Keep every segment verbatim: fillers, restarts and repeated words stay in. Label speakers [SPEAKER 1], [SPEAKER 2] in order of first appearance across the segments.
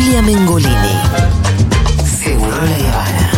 [SPEAKER 1] Julia Mengolini. Seguro La Habana.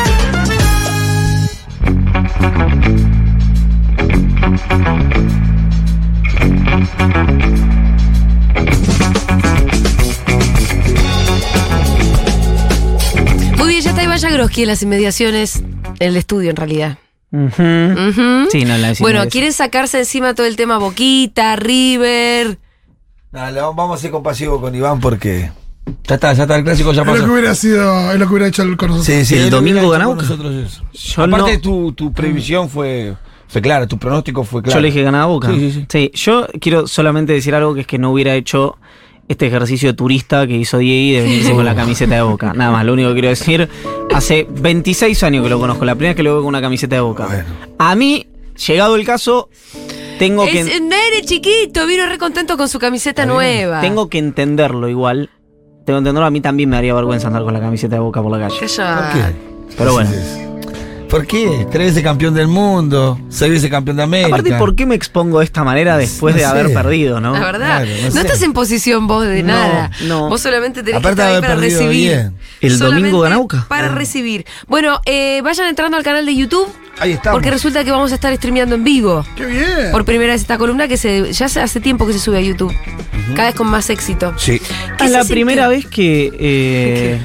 [SPEAKER 2] Muy bien, ya está Iván Jagroski en las inmediaciones, en el estudio en realidad.
[SPEAKER 3] Uh-huh.
[SPEAKER 2] Uh-huh.
[SPEAKER 3] Sí, no la decimos.
[SPEAKER 2] Bueno, quieren sacarse encima todo el tema Boquita, River.
[SPEAKER 4] Dale, vamos a ser compasivos con Iván porque ya está, ya está, el clásico ya
[SPEAKER 5] Es lo
[SPEAKER 4] pasó.
[SPEAKER 5] que hubiera sido, es lo que hubiera hecho el con nosotros.
[SPEAKER 4] Sí, sí,
[SPEAKER 3] ¿El
[SPEAKER 4] es lo que
[SPEAKER 3] domingo
[SPEAKER 4] hubiera hecho
[SPEAKER 3] ganó
[SPEAKER 4] con
[SPEAKER 3] Boca?
[SPEAKER 4] nosotros eso.
[SPEAKER 3] Yo
[SPEAKER 4] Aparte
[SPEAKER 3] no-
[SPEAKER 4] tu, tu previsión fue, fue clara, tu pronóstico fue claro.
[SPEAKER 3] Yo le dije ganaba Boca.
[SPEAKER 4] Sí, sí, sí.
[SPEAKER 3] Sí, yo quiero solamente decir algo, que es que no hubiera hecho este ejercicio de turista que hizo Diego de venirse con la camiseta de Boca. Nada más, lo único que quiero decir. Hace veintiséis años que lo conozco, la primera vez que lo veo con una camiseta de Boca.
[SPEAKER 4] Bueno.
[SPEAKER 3] A mí, llegado el caso, tengo
[SPEAKER 2] Es
[SPEAKER 3] que...
[SPEAKER 2] un nene chiquito, vino re contento con su camiseta nueva.
[SPEAKER 3] Tengo que entenderlo igual. Tengo que entenderlo, a mí también me daría vergüenza andar con la camiseta de Boca por la calle.
[SPEAKER 2] Calla.
[SPEAKER 4] ¿Por qué?
[SPEAKER 3] Pero bueno.
[SPEAKER 4] ¿Por qué? Tres veces campeón del mundo, seis veces campeón de América.
[SPEAKER 3] Aparte, ¿por qué me expongo de esta manera después
[SPEAKER 4] No
[SPEAKER 3] de
[SPEAKER 4] sé.
[SPEAKER 3] haber perdido, no?
[SPEAKER 2] La verdad,
[SPEAKER 4] Claro, no
[SPEAKER 2] no,
[SPEAKER 4] sé.
[SPEAKER 2] estás en posición vos de
[SPEAKER 3] No,
[SPEAKER 2] nada.
[SPEAKER 3] no.
[SPEAKER 2] Vos solamente tenés
[SPEAKER 4] Aparte
[SPEAKER 2] que estar
[SPEAKER 4] de
[SPEAKER 2] ahí
[SPEAKER 4] haber
[SPEAKER 2] para
[SPEAKER 4] perdido
[SPEAKER 2] recibir.
[SPEAKER 4] bien.
[SPEAKER 3] ¿El
[SPEAKER 2] Solamente
[SPEAKER 3] domingo gana Boca?
[SPEAKER 2] Para recibir. Bueno, eh, vayan entrando al canal de YouTube.
[SPEAKER 4] Ahí estamos.
[SPEAKER 2] Porque resulta que vamos a estar streameando en vivo.
[SPEAKER 5] ¡Qué bien!
[SPEAKER 2] Por primera vez esta columna que se ya hace, hace tiempo que se sube a YouTube. Cada vez con más éxito.
[SPEAKER 4] Sí.
[SPEAKER 2] ¿Qué
[SPEAKER 3] Es
[SPEAKER 2] se
[SPEAKER 3] la
[SPEAKER 2] siente?
[SPEAKER 3] primera vez que... Eh,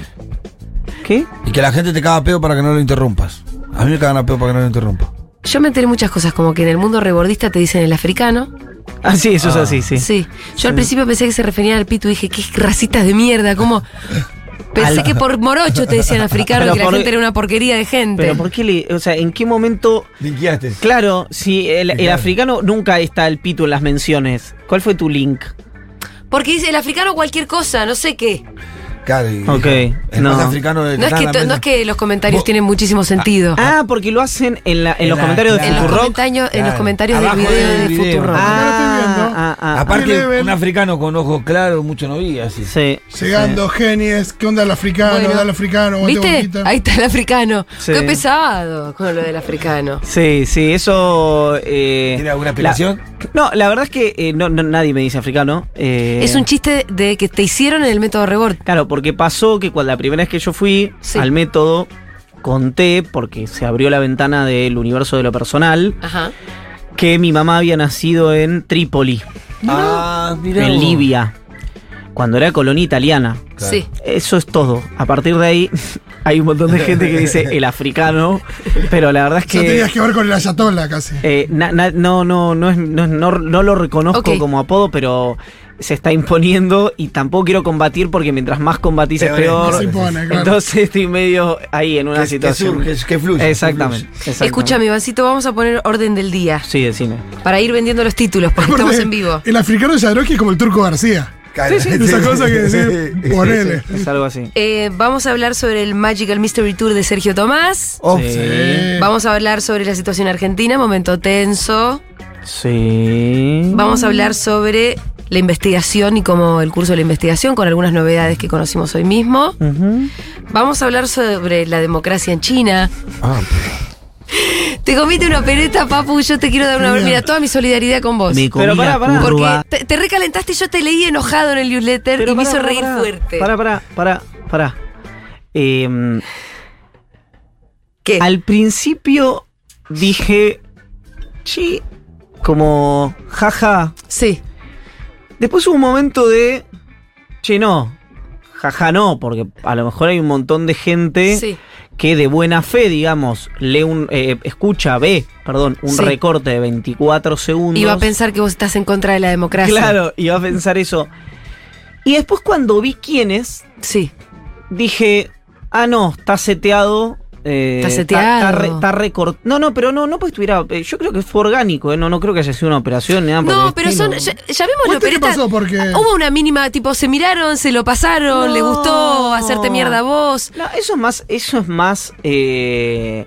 [SPEAKER 3] ¿Qué?
[SPEAKER 4] Y que la gente te caga pedo para que no lo interrumpas. A mí me cagan a pedo para que no lo interrumpa.
[SPEAKER 2] Yo me enteré muchas cosas, como que en el mundo rebordista te dicen el africano.
[SPEAKER 3] Ah, sí, eso
[SPEAKER 4] Ah.
[SPEAKER 3] es así, sí.
[SPEAKER 2] Sí. Yo al principio pensé que se referían al pito y dije, qué racistas de mierda, ¿cómo? Pensé
[SPEAKER 3] Al-
[SPEAKER 2] que por morocho te decían africano
[SPEAKER 3] Pero
[SPEAKER 2] y que la
[SPEAKER 3] por-
[SPEAKER 2] gente era una porquería de gente.
[SPEAKER 3] Pero ¿por qué le...? O sea, ¿en qué momento...?
[SPEAKER 4] Linkeaste.
[SPEAKER 3] Claro, si el, el
[SPEAKER 4] Claro.
[SPEAKER 3] africano nunca está el pito en las menciones. ¿Cuál fue tu link?
[SPEAKER 2] Porque dice el africano cualquier cosa, no sé qué.
[SPEAKER 4] Claro, y
[SPEAKER 3] Ok,
[SPEAKER 4] el
[SPEAKER 3] no.
[SPEAKER 4] más africano de
[SPEAKER 2] No es, que, to- no es que los comentarios
[SPEAKER 4] Vos-
[SPEAKER 2] tienen muchísimo sentido.
[SPEAKER 3] Ah, porque lo hacen en, la, en
[SPEAKER 4] En
[SPEAKER 3] los
[SPEAKER 4] la-
[SPEAKER 3] comentarios de
[SPEAKER 4] claro.
[SPEAKER 2] en, los
[SPEAKER 3] Futurock.
[SPEAKER 2] comentarios, en los
[SPEAKER 4] Claro.
[SPEAKER 2] comentarios del
[SPEAKER 4] Abajo
[SPEAKER 2] video
[SPEAKER 4] del
[SPEAKER 2] de
[SPEAKER 4] video.
[SPEAKER 2] Futurock.
[SPEAKER 5] Ah,
[SPEAKER 3] Ah,
[SPEAKER 5] lo estoy viendo.
[SPEAKER 3] ah, ah.
[SPEAKER 4] Aparte,
[SPEAKER 5] Eleven.
[SPEAKER 4] un africano con ojos claros, mucho no vi así.
[SPEAKER 3] Sí.
[SPEAKER 5] Llegando, genies, ¿qué onda el africano?
[SPEAKER 2] Bueno.
[SPEAKER 5] Dale africano, aguante
[SPEAKER 2] ¿Viste?
[SPEAKER 5] Boquita.
[SPEAKER 2] Ahí está el africano.
[SPEAKER 3] Sí.
[SPEAKER 2] Qué pesado con lo del africano.
[SPEAKER 3] Sí, sí, eso... eh,
[SPEAKER 4] ¿Tiene alguna explicación?
[SPEAKER 3] la- no, la verdad es que eh, no, no- nadie me dice africano. eh,
[SPEAKER 2] Es un chiste de que te hicieron en el método Rebord.
[SPEAKER 3] Claro, porque pasó que cuando la primera vez que yo fui
[SPEAKER 2] Sí.
[SPEAKER 3] al método, conté, porque se abrió la ventana del universo de lo personal,
[SPEAKER 2] Ajá.
[SPEAKER 3] que mi mamá había nacido en Trípoli,
[SPEAKER 4] Ah, mirá
[SPEAKER 3] en
[SPEAKER 4] vos.
[SPEAKER 3] Libia, cuando era colonia italiana.
[SPEAKER 4] Claro.
[SPEAKER 2] Sí.
[SPEAKER 3] Eso es todo. A partir de ahí hay un montón de gente que dice el africano, pero la verdad es
[SPEAKER 5] Ya
[SPEAKER 3] que...
[SPEAKER 5] tenías que ver con el ayatollah casi.
[SPEAKER 3] Eh, na- na- no, no, no, es, no, no, no lo reconozco
[SPEAKER 2] Ok.
[SPEAKER 3] como apodo, pero se está imponiendo y tampoco quiero combatir porque mientras más combatís es
[SPEAKER 4] Peor es,
[SPEAKER 3] peor.
[SPEAKER 5] no se impone, claro.
[SPEAKER 3] Entonces estoy medio ahí en una
[SPEAKER 4] Que- que
[SPEAKER 3] situación.
[SPEAKER 4] surge, que fluye,
[SPEAKER 3] Exactamente.
[SPEAKER 4] que
[SPEAKER 3] exactamente.
[SPEAKER 2] Escúchame, Ivancito, vamos a poner orden del día.
[SPEAKER 3] Sí, decime.
[SPEAKER 2] Para ir vendiendo los títulos, porque
[SPEAKER 5] Aparte,
[SPEAKER 2] estamos en vivo.
[SPEAKER 5] El africano de Jadrowski es como el turco García.
[SPEAKER 4] Claro.
[SPEAKER 5] Esa cosa que decir, ponele.
[SPEAKER 3] Es algo así.
[SPEAKER 2] Eh, vamos a hablar sobre el Magical Mystery Tour de Sergio Tomás.
[SPEAKER 4] Oh,
[SPEAKER 3] Sí.
[SPEAKER 5] Sí.
[SPEAKER 2] Vamos a hablar sobre la situación argentina, momento tenso.
[SPEAKER 3] Sí.
[SPEAKER 2] Vamos a hablar sobre la investigación y cómo el curso de la investigación, con algunas novedades que conocimos hoy mismo.
[SPEAKER 3] Ujú.
[SPEAKER 2] Vamos a hablar sobre la democracia en China.
[SPEAKER 4] Ah,
[SPEAKER 2] Te comiste una pereta, papu, yo te quiero dar una...
[SPEAKER 5] Bien.
[SPEAKER 2] Mira, toda mi solidaridad con vos.
[SPEAKER 3] Me comí Pero pará, la pará.
[SPEAKER 2] Porque
[SPEAKER 3] curva.
[SPEAKER 2] te, te recalentaste y yo te leí enojado en el newsletter
[SPEAKER 3] Pero
[SPEAKER 2] y me
[SPEAKER 3] pará,
[SPEAKER 2] hizo
[SPEAKER 3] pará,
[SPEAKER 2] reír
[SPEAKER 3] pará.
[SPEAKER 2] fuerte.
[SPEAKER 3] Pará, pará, pará, pará. Eh,
[SPEAKER 2] ¿Qué?
[SPEAKER 3] Al principio dije, sí, como, jaja.
[SPEAKER 2] Sí.
[SPEAKER 3] Después hubo un momento de, che, no, jaja no, porque a lo mejor hay un montón de gente
[SPEAKER 2] Sí.
[SPEAKER 3] que de buena fe, digamos, lee un, eh, escucha, ve, perdón, un
[SPEAKER 2] Sí.
[SPEAKER 3] recorte de veinticuatro segundos.
[SPEAKER 2] Iba a pensar que vos estás en contra de la democracia.
[SPEAKER 3] Claro, iba a pensar eso. Y después cuando vi quiénes,
[SPEAKER 2] Sí.
[SPEAKER 3] dije, ah, no, está seteado. eh,
[SPEAKER 2] Está seteado.
[SPEAKER 3] Está, re- está recort- No, no, pero no, no pues estuviera. eh, Yo creo que fue orgánico, eh, no, no creo que haya sido una operación ni nada por
[SPEAKER 2] No,
[SPEAKER 3] el
[SPEAKER 2] pero
[SPEAKER 3] estilo.
[SPEAKER 2] son. Ya, ya vemos la
[SPEAKER 5] ¿Cuánto qué
[SPEAKER 2] opereta.
[SPEAKER 5] pasó? Porque
[SPEAKER 2] Hubo una mínima, tipo, se miraron, se lo pasaron,
[SPEAKER 3] No.
[SPEAKER 2] le gustó hacerte mierda a vos.
[SPEAKER 3] No, eso es más, eso es más. eh,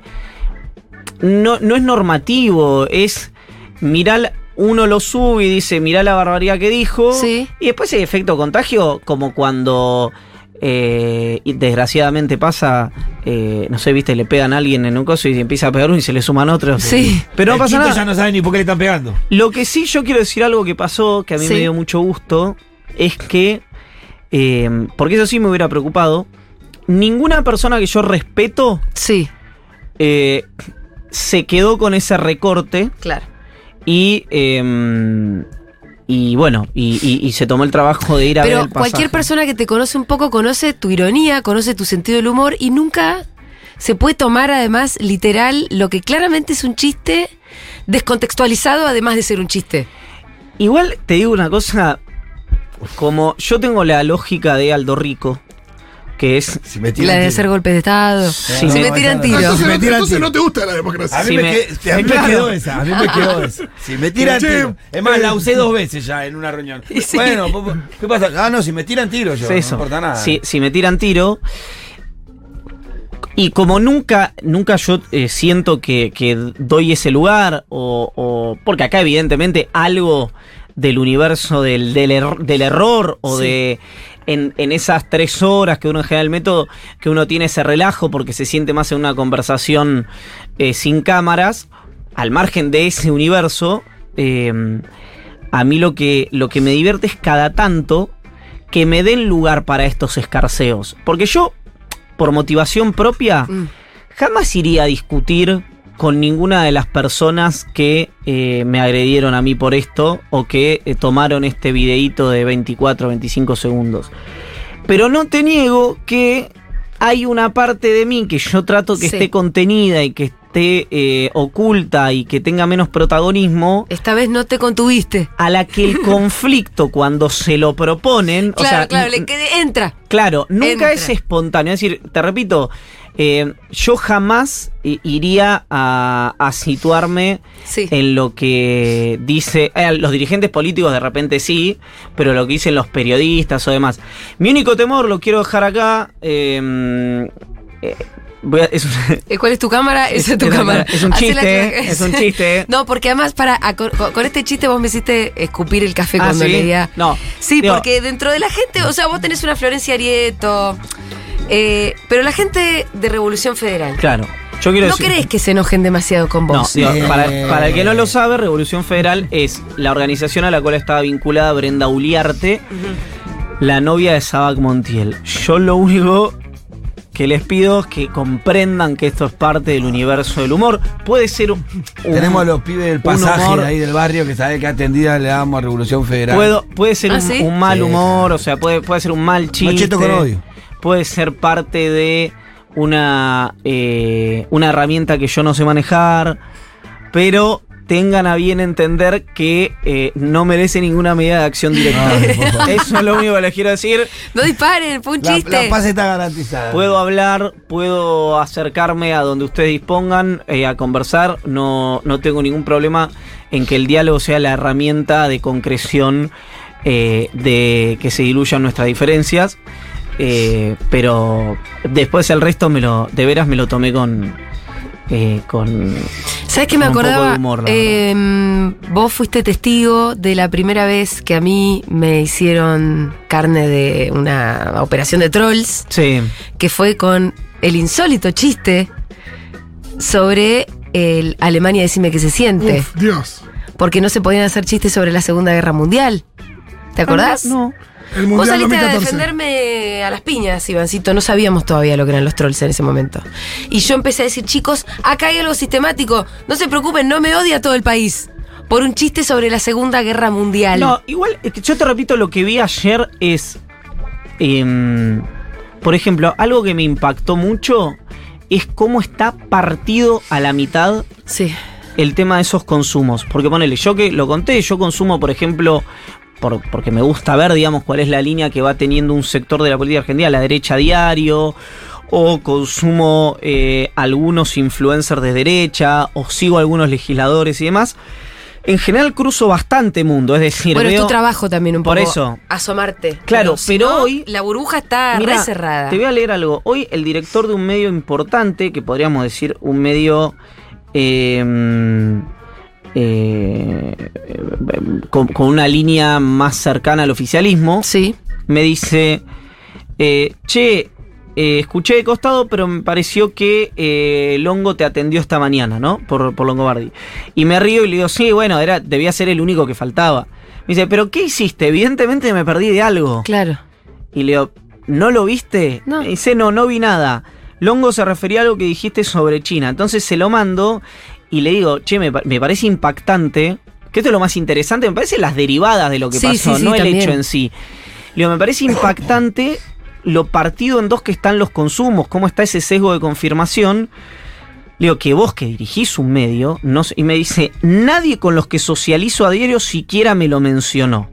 [SPEAKER 3] no, no es normativo, es mirar. Uno lo sube y dice, mirá la barbaridad que dijo.
[SPEAKER 2] Sí.
[SPEAKER 3] Y después hay efecto contagio, como cuando eh, y desgraciadamente pasa, eh, no sé, viste, le pegan a alguien en un coso y empieza a pegar uno y se le suman otros.
[SPEAKER 2] Sí.
[SPEAKER 3] Pero no
[SPEAKER 4] el
[SPEAKER 3] pasa
[SPEAKER 4] quinto
[SPEAKER 3] nada.
[SPEAKER 4] ya no sabe ni por qué le están pegando.
[SPEAKER 3] Lo que sí yo quiero decir algo que pasó, que a mí
[SPEAKER 2] Sí.
[SPEAKER 3] me dio mucho gusto, es que Eh, porque eso sí me hubiera preocupado. Ninguna persona que yo respeto
[SPEAKER 2] Sí,
[SPEAKER 3] eh, se quedó con ese recorte
[SPEAKER 2] claro.
[SPEAKER 3] y... eh, y bueno, y, y- y se tomó el trabajo de ir a ver
[SPEAKER 2] Pero
[SPEAKER 3] el pasaje.
[SPEAKER 2] cualquier persona que te conoce un poco conoce tu ironía, conoce tu sentido del humor y nunca se puede tomar además literal lo que claramente es un chiste descontextualizado además de ser un chiste.
[SPEAKER 3] Igual te digo una cosa, como yo tengo la lógica de Aldo Rico, que es...
[SPEAKER 4] Si me
[SPEAKER 2] La
[SPEAKER 4] tiran
[SPEAKER 2] de
[SPEAKER 4] tiro.
[SPEAKER 2] hacer golpes de estado.
[SPEAKER 3] Sí,
[SPEAKER 2] si
[SPEAKER 3] me-
[SPEAKER 2] me tiran
[SPEAKER 4] Ah,
[SPEAKER 2] tiro.
[SPEAKER 5] Entonces,
[SPEAKER 4] me
[SPEAKER 5] no,
[SPEAKER 4] tiran
[SPEAKER 5] entonces
[SPEAKER 4] tiro.
[SPEAKER 5] no te gusta la democracia.
[SPEAKER 4] A mí,
[SPEAKER 3] Si
[SPEAKER 4] me,
[SPEAKER 3] me-
[SPEAKER 4] que- a mí me
[SPEAKER 3] claro.
[SPEAKER 4] quedó esa, a mí me quedó esa. Si me tiran
[SPEAKER 5] Che,
[SPEAKER 4] tiro. Es más, la usé dos veces ya en una reunión.
[SPEAKER 2] Y sí.
[SPEAKER 4] Bueno, po- po- ¿qué pasa? Ah, no, si me tiran tiro yo,
[SPEAKER 3] es eso.
[SPEAKER 4] no importa nada.
[SPEAKER 3] Si, si me tiran tiro... Y como nunca, nunca yo eh, siento que, que doy ese lugar, o, o- porque acá evidentemente algo del universo del, del, er- del error, o
[SPEAKER 2] Sí.
[SPEAKER 3] de en, en esas tres horas que uno en general el método, que uno tiene ese relajo porque se siente más en una conversación eh, sin cámaras, al margen de ese universo, eh, a mí lo que, lo que me divierte es cada tanto que me den lugar para estos escarceos. Porque yo, por motivación propia,
[SPEAKER 2] Mm.
[SPEAKER 3] jamás iría a discutir con ninguna de las personas que eh, me agredieron a mí por esto o que eh, tomaron este videíto de veinticuatro, veinticinco segundos. Pero no te niego que hay una parte de mí que yo trato que
[SPEAKER 2] Sí.
[SPEAKER 3] esté contenida y que esté eh, oculta y que tenga menos protagonismo,
[SPEAKER 2] Esta vez no te contuviste.
[SPEAKER 3] a la que el conflicto cuando se lo proponen,
[SPEAKER 2] Claro,
[SPEAKER 3] o sea,
[SPEAKER 2] claro,
[SPEAKER 3] n-
[SPEAKER 2] le quede- entra.
[SPEAKER 3] Claro, nunca
[SPEAKER 2] Entra.
[SPEAKER 3] es espontáneo. Es decir, te repito, eh, yo jamás i- iría a, a situarme
[SPEAKER 2] Sí.
[SPEAKER 3] en lo que dice. eh, los dirigentes políticos de repente sí, pero lo que dicen los periodistas o demás. Mi único temor, lo quiero dejar acá. eh, eh, voy a- es un-
[SPEAKER 2] Eh, ¿Cuál es tu cámara? Esa es tu
[SPEAKER 3] es-
[SPEAKER 2] cámara.
[SPEAKER 3] es un
[SPEAKER 2] Hacela
[SPEAKER 3] chiste,
[SPEAKER 2] que-
[SPEAKER 3] es un chiste.
[SPEAKER 2] No, porque además para a- con, con este chiste vos me hiciste escupir el café
[SPEAKER 3] Ah,
[SPEAKER 2] cuando
[SPEAKER 3] ¿sí?
[SPEAKER 2] leía.
[SPEAKER 3] No,
[SPEAKER 2] Sí,
[SPEAKER 3] digo-
[SPEAKER 2] porque dentro de la gente, o sea, vos tenés una Florencia Arieto, eh, pero la gente de Revolución Federal.
[SPEAKER 3] Claro. Yo quiero
[SPEAKER 2] ¿No
[SPEAKER 3] decir-
[SPEAKER 2] querés que se enojen demasiado con
[SPEAKER 3] No,
[SPEAKER 2] vos?
[SPEAKER 3] digo,
[SPEAKER 4] Eh.
[SPEAKER 3] para, para el que no lo sabe, Revolución Federal es la organización a la cual estaba vinculada Brenda Uliarte, la novia de Sabac Montiel. Yo lo único que les pido es que comprendan que esto es parte del universo del humor. Puede ser un... un-
[SPEAKER 4] Tenemos a los pibes del
[SPEAKER 3] un
[SPEAKER 4] pasaje
[SPEAKER 3] humor-
[SPEAKER 4] de ahí del barrio que sabe que atendida le damos a Revolución Federal.
[SPEAKER 3] Puedo, puede ser
[SPEAKER 2] ¿Ah,
[SPEAKER 3] un,
[SPEAKER 2] sí?
[SPEAKER 3] un mal
[SPEAKER 4] Sí,
[SPEAKER 3] humor, o sea, puede, puede ser un mal chiste.
[SPEAKER 4] Macheto con odio.
[SPEAKER 3] Puede ser parte de una, eh, una herramienta que yo no sé manejar, pero tengan a bien entender que eh, no merece ninguna medida de acción directa.
[SPEAKER 4] Ay, por favor.
[SPEAKER 3] Eso es lo único que les quiero decir.
[SPEAKER 2] No disparen, fue un
[SPEAKER 4] La,
[SPEAKER 2] chiste.
[SPEAKER 4] la paz está garantizada.
[SPEAKER 3] Puedo hablar, puedo acercarme a donde ustedes dispongan, eh, a conversar. No, no tengo ningún problema en que el diálogo sea la herramienta de concreción eh, de que se diluyan nuestras diferencias. Eh, pero después el resto me lo, de veras me lo tomé con, eh, con
[SPEAKER 2] ¿Sabes qué me
[SPEAKER 3] con un poco
[SPEAKER 2] acordaba?
[SPEAKER 3] de humor, la
[SPEAKER 2] Eh, vos fuiste testigo de la primera vez que a mí me hicieron carne de una operación de trolls,
[SPEAKER 3] sí,
[SPEAKER 2] que fue con el insólito chiste sobre el Alemania Decime que se siente,
[SPEAKER 5] Uf, Dios.
[SPEAKER 2] porque no se podían hacer chistes sobre la Segunda Guerra Mundial. ¿Te acordás?
[SPEAKER 3] No.
[SPEAKER 5] El
[SPEAKER 2] Vos
[SPEAKER 5] Mundial
[SPEAKER 2] saliste
[SPEAKER 5] dos mil
[SPEAKER 2] a
[SPEAKER 5] catorce.
[SPEAKER 2] defenderme a las piñas, Ivancito. No sabíamos todavía lo que eran los trolls en ese momento. Y yo empecé a decir, chicos, acá hay algo sistemático. No se preocupen, no me odia todo el país. Por un chiste sobre la Segunda Guerra Mundial.
[SPEAKER 3] No, igual, es que yo te repito, lo que vi ayer es, em, por ejemplo, algo que me impactó mucho es cómo está partido a la mitad
[SPEAKER 2] Sí.
[SPEAKER 3] el tema de esos consumos. Porque ponele, yo que lo conté, yo consumo, por ejemplo, por- porque me gusta ver, digamos, cuál es la línea que va teniendo un sector de la política argentina, la derecha a diario, o consumo eh, algunos influencers de derecha, o sigo algunos legisladores y demás. En general cruzo bastante mundo, es decir,
[SPEAKER 2] Bueno, es
[SPEAKER 3] veo-
[SPEAKER 2] tu trabajo también un
[SPEAKER 3] por
[SPEAKER 2] poco.
[SPEAKER 3] eso.
[SPEAKER 2] Asomarte.
[SPEAKER 3] Claro,
[SPEAKER 2] si
[SPEAKER 3] pero
[SPEAKER 2] no,
[SPEAKER 3] hoy-
[SPEAKER 2] la burbuja está
[SPEAKER 3] Mirá,
[SPEAKER 2] re cerrada.
[SPEAKER 3] te voy a leer algo. Hoy el director de un medio importante, que podríamos decir un medio eh, eh, con, con una línea más cercana al oficialismo,
[SPEAKER 2] Sí.
[SPEAKER 3] me dice, eh, che, eh, escuché de costado, pero me pareció que eh, Longo te atendió esta mañana, ¿no? Por, por Longobardi. Y me río y le digo, sí, bueno, era, debía ser el único que faltaba. Me dice, ¿pero qué hiciste? Evidentemente me perdí de algo.
[SPEAKER 2] Claro.
[SPEAKER 3] Y le digo, ¿no lo viste?
[SPEAKER 2] No.
[SPEAKER 3] Me dice, no, no vi nada. Longo se refería a algo que dijiste sobre China. Entonces se lo mando y le digo, che, me, me parece impactante, que esto es lo más interesante, me parece las derivadas de lo que
[SPEAKER 2] Sí,
[SPEAKER 3] pasó,
[SPEAKER 2] sí, sí,
[SPEAKER 3] no el
[SPEAKER 2] también.
[SPEAKER 3] hecho en sí. Le digo, me parece impactante lo partido en dos que están los consumos, cómo está ese sesgo de confirmación. Le digo, que vos que dirigís un medio, no sé, y me dice, nadie con los que socializo a diario siquiera me lo mencionó.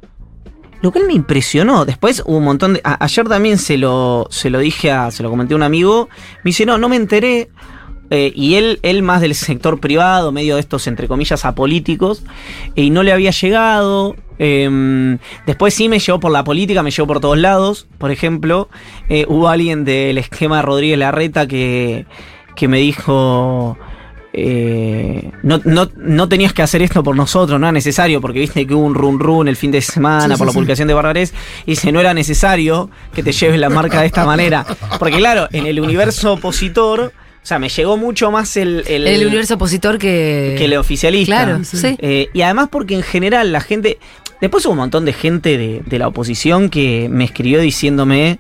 [SPEAKER 3] Lo que él me impresionó. Después hubo un montón de... A, ayer también se lo, se lo dije a... Se lo comenté a un amigo. Me dice, no, no me enteré. Eh, y él, él más del sector privado, medio de estos, entre comillas, apolíticos. Y no le había llegado. Eh, después sí me llegó por la política, me llegó por todos lados. Por ejemplo, eh, hubo alguien del esquema de Rodríguez Larreta que, que me dijo... Eh, no, no, no tenías que hacer esto por nosotros, no era necesario, porque viste que hubo un run run el fin de semana
[SPEAKER 5] Sí,
[SPEAKER 3] por
[SPEAKER 5] sí,
[SPEAKER 3] la
[SPEAKER 5] sí.
[SPEAKER 3] publicación de Barbarés, y dice, no era necesario que te lleves la marca de esta manera. Porque claro, en el universo opositor, o sea, me llegó mucho más el... El,
[SPEAKER 2] En el universo opositor que...
[SPEAKER 3] que el oficialista.
[SPEAKER 2] Claro, sí.
[SPEAKER 3] Eh, y además porque en general la gente... Después hubo un montón de gente de, de la oposición que me escribió diciéndome...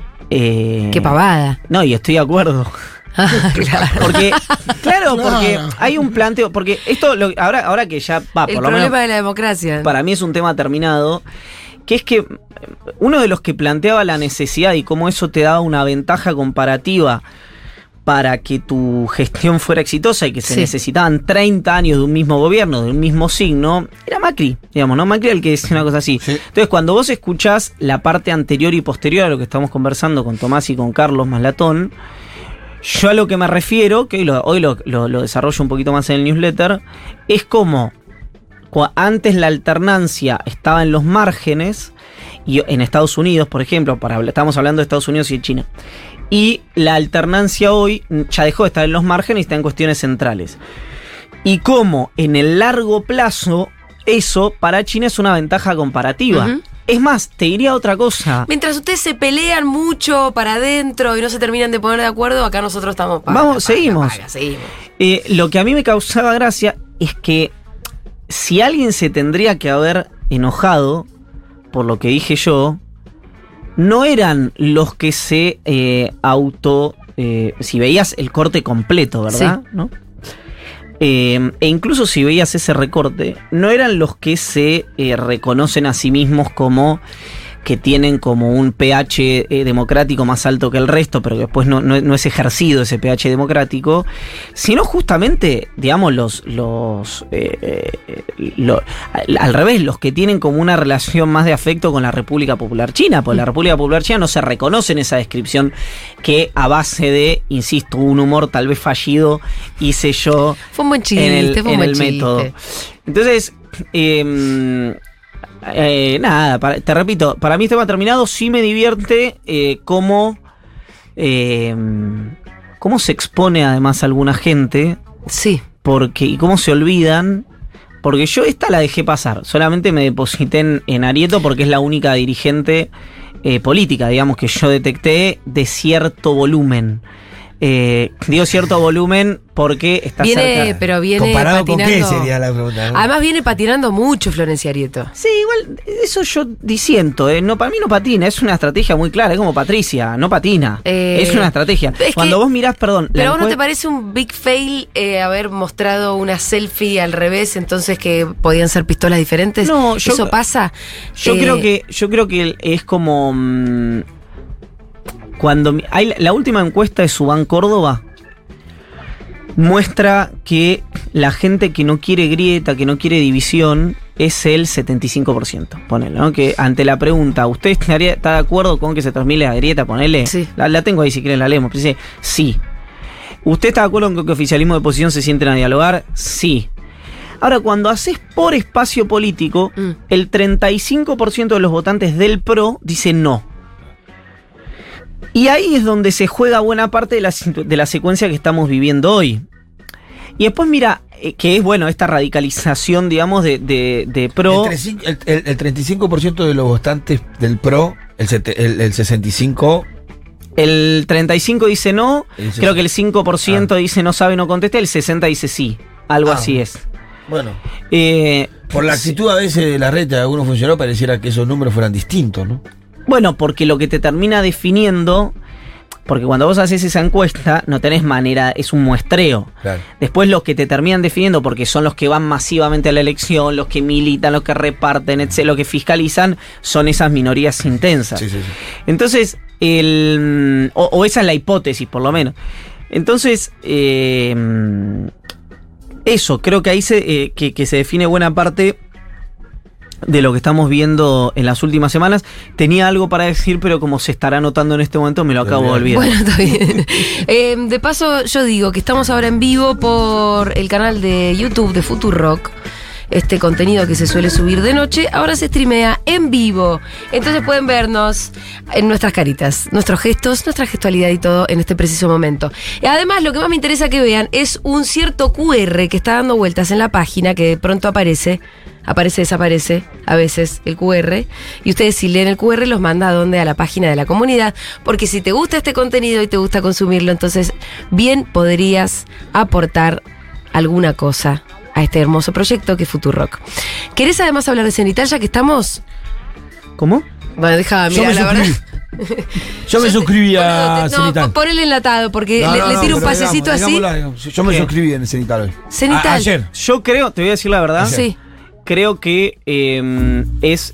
[SPEAKER 3] Eh,
[SPEAKER 2] Qué pavada.
[SPEAKER 3] No, y estoy de acuerdo.
[SPEAKER 2] Ah, claro.
[SPEAKER 3] Porque, claro, porque
[SPEAKER 5] Claro.
[SPEAKER 3] hay un planteo, porque esto, lo, ahora, ahora que ya va,
[SPEAKER 2] El
[SPEAKER 3] por lo
[SPEAKER 2] problema
[SPEAKER 3] menos
[SPEAKER 2] de la democracia.
[SPEAKER 3] para mí es un tema terminado, que es que uno de los que planteaba la necesidad y cómo eso te daba una ventaja comparativa para que tu gestión fuera exitosa y que se
[SPEAKER 2] Sí.
[SPEAKER 3] necesitaban treinta años de un mismo gobierno, de un mismo signo, era Macri, digamos, ¿no? Macri era el que decía una cosa así.
[SPEAKER 4] Sí.
[SPEAKER 3] Entonces, cuando vos escuchás la parte anterior y posterior a lo que estamos conversando con Tomás y con Carlos Maslatón, yo a lo que me refiero, que hoy lo, hoy lo, lo, lo desarrollo un poquito más en el newsletter, es como cua- antes la alternancia estaba en los márgenes, y en Estados Unidos, por ejemplo, para, habl- estamos hablando de Estados Unidos y de China, y la alternancia hoy ya dejó de estar en los márgenes y está en cuestiones centrales. Y como en el largo plazo, eso para China es una ventaja comparativa.
[SPEAKER 2] Ujú.
[SPEAKER 3] Es más, te diría otra cosa.
[SPEAKER 2] Mientras ustedes se pelean mucho para adentro y no se terminan de poner de acuerdo, acá nosotros estamos... paga,
[SPEAKER 3] Vamos,
[SPEAKER 2] paga,
[SPEAKER 3] seguimos.
[SPEAKER 2] paga, seguimos.
[SPEAKER 3] Eh, lo que a mí me causaba gracia es que si alguien se tendría que haber enojado por lo que dije yo, no eran los que se eh, auto... eh, si veías el corte completo, ¿verdad? ¿No? Eh, e incluso si veías ese recorte, no eran los que se eh, reconocen a sí mismos como que tienen como un pH eh, democrático más alto que el resto, pero que después no, no, no es ejercido ese pH democrático, sino justamente, digamos, los, los eh, eh, lo- al, al revés, los que tienen como una relación más de afecto con la República Popular China, porque la República Popular China no se reconoce en esa descripción que a base de, insisto, un humor tal vez fallido, hice yo
[SPEAKER 2] Fue un buen chiste,
[SPEAKER 3] en el,
[SPEAKER 2] fue un
[SPEAKER 3] en
[SPEAKER 2] buen
[SPEAKER 3] el
[SPEAKER 2] chiste.
[SPEAKER 3] método. Entonces, eh, eh, nada, para- te repito, para mí este tema terminado sí me divierte eh, cómo, eh, cómo se expone además alguna gente
[SPEAKER 2] Sí.
[SPEAKER 3] porque y cómo se olvidan. Porque yo esta la dejé pasar, solamente me deposité en, en Arieto porque es la única dirigente eh, política, digamos, que yo detecté de cierto volumen. Eh, digo cierto volumen porque está
[SPEAKER 2] Viene,
[SPEAKER 3] cerca.
[SPEAKER 2] pero viene
[SPEAKER 4] ¿Comparado con
[SPEAKER 2] patinando.
[SPEAKER 4] qué sería la pregunta? ¿no?
[SPEAKER 2] Además viene patinando mucho Florencia Arieto.
[SPEAKER 3] Sí, igual, eso yo disiento, ¿eh? No, para mí no patina, es una estrategia muy clara, es como Patricia, no patina.
[SPEAKER 2] Eh,
[SPEAKER 3] es una estrategia.
[SPEAKER 2] es
[SPEAKER 3] Cuando
[SPEAKER 2] que-
[SPEAKER 3] vos mirás, perdón. la
[SPEAKER 2] Pero ¿a vos no
[SPEAKER 3] encue-
[SPEAKER 2] te parece un big fail eh, haber mostrado una selfie al revés, entonces que podían ser pistolas diferentes?
[SPEAKER 3] No, yo-
[SPEAKER 2] ¿Eso pasa?
[SPEAKER 3] Yo
[SPEAKER 2] Eh,
[SPEAKER 3] creo que, yo creo que es como. mm, cuando mi- hay la- la última encuesta de Subán Córdoba muestra que la gente que no quiere grieta, que no quiere división, es el setenta y cinco por ciento. Ponele, ¿no? Que ante la pregunta, ¿usted estaría- está de acuerdo con que se termine la grieta? Ponele.
[SPEAKER 2] Sí.
[SPEAKER 3] La, la tengo ahí si quieren la leemos. Pero dice, sí. ¿Usted está de acuerdo con que oficialismo de oposición se sienten a dialogar? Sí. Ahora, cuando haces por espacio político,
[SPEAKER 2] Mm.
[SPEAKER 3] el treinta y cinco por ciento de los votantes del PRO dice no. Y ahí es donde se juega buena parte de la, situ- de la secuencia que estamos viviendo hoy. Y después mira, eh, que es bueno esta radicalización, digamos, de, de, de PRO.
[SPEAKER 4] El, treinta y cinco el- el- el treinta y cinco por ciento de los votantes del PRO, el, sete- el, el sesenta y cinco por ciento,
[SPEAKER 3] El treinta y cinco por ciento dice no,
[SPEAKER 4] El sesenta.
[SPEAKER 3] creo que el cinco por ciento
[SPEAKER 4] Ah.
[SPEAKER 3] dice no sabe, no contesta, el sesenta por ciento dice sí. Algo
[SPEAKER 4] Ah.
[SPEAKER 3] así es.
[SPEAKER 4] bueno,
[SPEAKER 3] Eh,
[SPEAKER 4] por la actitud a veces de la red de algunos funcionarios pareciera que esos números fueran distintos, ¿no?
[SPEAKER 3] Bueno, porque lo que te termina definiendo... Porque cuando vos haces esa encuesta, no tenés manera, es un muestreo.
[SPEAKER 4] Claro.
[SPEAKER 3] Después los que te terminan definiendo, porque son los que van masivamente a la elección, los que militan, los que reparten, etcétera, los que fiscalizan, son esas minorías intensas.
[SPEAKER 4] Sí, sí, sí.
[SPEAKER 3] Entonces, el, o, o esa es la hipótesis, por lo menos. Entonces, eh, eso, creo que ahí se, eh, que, que se define buena parte de lo que estamos viendo en las últimas semanas. Tenía algo para decir, pero como se estará notando en este momento, me lo acabo de olvidar.
[SPEAKER 2] Bueno, está bien. eh, de paso, yo digo que estamos ahora en vivo por el canal de YouTube de Futurock. Este contenido que se suele subir de noche, ahora se streamea en vivo. Entonces pueden vernos en nuestras caritas, nuestros gestos, nuestra gestualidad y todo en este preciso momento. Y además, lo que más me interesa que vean es un cierto Q R que está dando vueltas en la página, que de pronto aparece, aparece, desaparece, a veces el Q R. Y ustedes, si leen el Q R, los manda a dónde, a la página de la comunidad. Porque si te gusta este contenido y te gusta consumirlo, entonces bien podrías aportar alguna cosa a este hermoso proyecto que es Futurock. ¿Querés además hablar de Cenital ya que estamos?
[SPEAKER 3] ¿Cómo?
[SPEAKER 2] Bueno, déjame,
[SPEAKER 4] Yo
[SPEAKER 2] mira,
[SPEAKER 4] me
[SPEAKER 2] la verdad.
[SPEAKER 4] suscribí. Yo me suscribí a
[SPEAKER 2] No,
[SPEAKER 4] Cenital.
[SPEAKER 2] ponele enlatado porque
[SPEAKER 4] No,
[SPEAKER 2] le,
[SPEAKER 4] no,
[SPEAKER 2] le
[SPEAKER 4] no,
[SPEAKER 2] tiro un
[SPEAKER 4] pero
[SPEAKER 2] pasecito
[SPEAKER 4] digamos,
[SPEAKER 2] así.
[SPEAKER 4] digámoslo, digamos. Yo me
[SPEAKER 3] ¿Qué?
[SPEAKER 4] suscribí en Cenital hoy.
[SPEAKER 2] Cenital.
[SPEAKER 4] A- ayer.
[SPEAKER 3] Yo creo, te voy a decir la verdad.
[SPEAKER 2] Sí.
[SPEAKER 3] Creo que eh, es...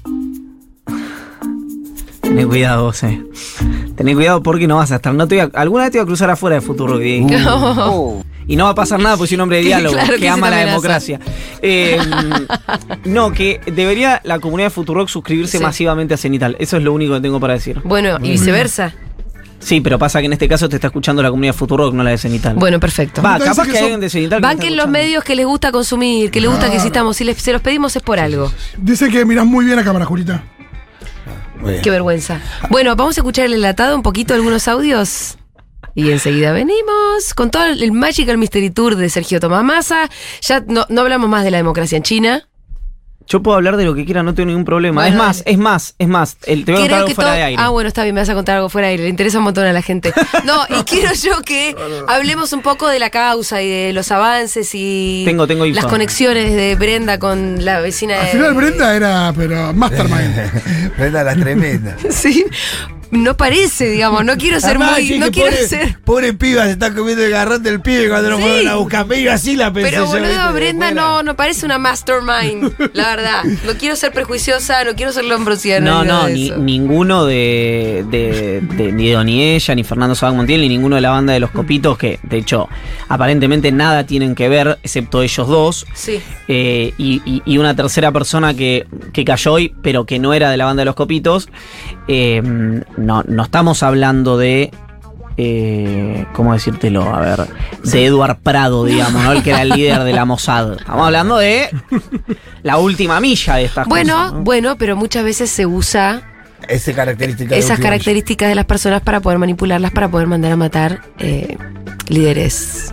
[SPEAKER 3] Tené cuidado vos, eh. Tené cuidado porque no vas a estar. No te voy a- alguna vez te voy a cruzar afuera de Futuro. Que,
[SPEAKER 2] No.
[SPEAKER 3] Y no va a pasar nada porque soy un hombre de diálogo,
[SPEAKER 2] Claro que
[SPEAKER 3] que
[SPEAKER 2] es
[SPEAKER 3] ama
[SPEAKER 2] una
[SPEAKER 3] la
[SPEAKER 2] amenaza.
[SPEAKER 3] democracia. Eh, no, que debería la comunidad de Futurock suscribirse
[SPEAKER 2] Sí.
[SPEAKER 3] masivamente a Cenital. Eso es lo único que tengo para decir.
[SPEAKER 2] Bueno, y viceversa.
[SPEAKER 3] Sí, pero pasa que en este caso te está escuchando la comunidad de Futurock, no la de Cenital.
[SPEAKER 2] Bueno, perfecto.
[SPEAKER 3] Va,
[SPEAKER 5] Entonces
[SPEAKER 3] capaz
[SPEAKER 5] que
[SPEAKER 3] que hay
[SPEAKER 5] son-
[SPEAKER 3] alguien de Cenital que me está
[SPEAKER 2] Banquen los
[SPEAKER 3] escuchando.
[SPEAKER 2] medios que les gusta consumir, que les gusta que existamos. Si les, se los pedimos es por algo.
[SPEAKER 5] Dice que mirás muy bien a cámara, Julita.
[SPEAKER 4] Muy bien.
[SPEAKER 2] Qué vergüenza. Bueno, vamos a escuchar el enlatado, un poquito, algunos audios. Y enseguida venimos con todo el Magical Mystery Tour de Sergio Tomás Massa. Ya no, no hablamos más de la democracia en China.
[SPEAKER 3] Yo puedo hablar de lo que quiera, no tengo ningún problema.
[SPEAKER 2] Bueno,
[SPEAKER 3] es más,
[SPEAKER 2] dale.
[SPEAKER 3] es más, es más. El, te voy a contar algo fuera
[SPEAKER 2] todo-
[SPEAKER 3] de aire.
[SPEAKER 2] Ah, bueno, está bien, me vas a contar algo fuera de aire. Le interesa un montón a la gente. No, y quiero yo que hablemos un poco de la causa y de los avances y
[SPEAKER 3] Tengo- tengo info.
[SPEAKER 2] las conexiones de Brenda con la vecina de...
[SPEAKER 5] Al final Brenda era, pero mastermind.
[SPEAKER 4] Brenda la tremenda.
[SPEAKER 2] Sí, no parece, digamos, no quiero ser
[SPEAKER 4] Además,
[SPEAKER 2] muy...
[SPEAKER 4] sí,
[SPEAKER 2] No
[SPEAKER 4] que
[SPEAKER 2] quiero
[SPEAKER 4] pobre,
[SPEAKER 2] ser...
[SPEAKER 4] Pobre piba, se está comiendo el garrón del pibe cuando lo
[SPEAKER 2] Sí.
[SPEAKER 4] fueron a buscar. Medio así la pensé
[SPEAKER 2] Pero
[SPEAKER 4] yo,
[SPEAKER 2] boludo,
[SPEAKER 4] ¿viste?
[SPEAKER 2] Brenda
[SPEAKER 4] Fuera.
[SPEAKER 2] no, no parece una mastermind, la verdad. No quiero ser prejuiciosa, no quiero ser lombrosiana.
[SPEAKER 3] No,
[SPEAKER 2] ni nada
[SPEAKER 3] no,
[SPEAKER 2] de
[SPEAKER 3] ni,
[SPEAKER 2] eso.
[SPEAKER 3] ninguno de, de, de- ni de ni ella, ni Fernando Sabán Montiel, ni ninguno de la banda de los Copitos, que de hecho aparentemente nada tienen que ver, excepto ellos dos.
[SPEAKER 2] Sí.
[SPEAKER 3] Eh, y, y- y una tercera persona que, que cayó hoy, pero que no era de la banda de los Copitos. Eh, no, no estamos hablando de... Eh, ¿Cómo decírtelo? A ver, de Eduard Prado, digamos, ¿no? El que era el líder de la Mossad. Estamos hablando de la última milla de estas
[SPEAKER 2] Bueno,
[SPEAKER 3] cosas, ¿no?
[SPEAKER 2] bueno, pero muchas veces se usa
[SPEAKER 4] Esa característica de
[SPEAKER 2] esas
[SPEAKER 4] último
[SPEAKER 2] características de las personas para poder manipularlas, para poder mandar a matar eh, líderes.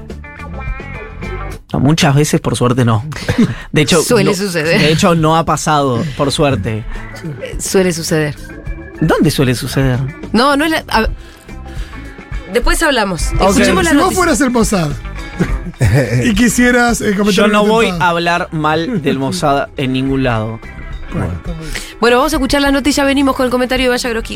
[SPEAKER 3] No, muchas veces, por suerte, no. De hecho,
[SPEAKER 2] Suele
[SPEAKER 3] no-
[SPEAKER 2] suceder.
[SPEAKER 3] De hecho, no ha pasado, por suerte.
[SPEAKER 2] Eh, Suele suceder.
[SPEAKER 3] ¿Dónde suele suceder?
[SPEAKER 2] No, no es la... a- Después hablamos.
[SPEAKER 5] Ok,
[SPEAKER 2] Escuchemos la
[SPEAKER 5] si vos
[SPEAKER 2] noticia.
[SPEAKER 5] fueras el Mossad y quisieras eh, cometer
[SPEAKER 3] Yo
[SPEAKER 5] un
[SPEAKER 3] no voy
[SPEAKER 5] atentado.
[SPEAKER 3] a hablar mal del Mossad en ningún lado.
[SPEAKER 2] Bueno, vamos a escuchar las noticias. Venimos con el comentario de Vaya Groski.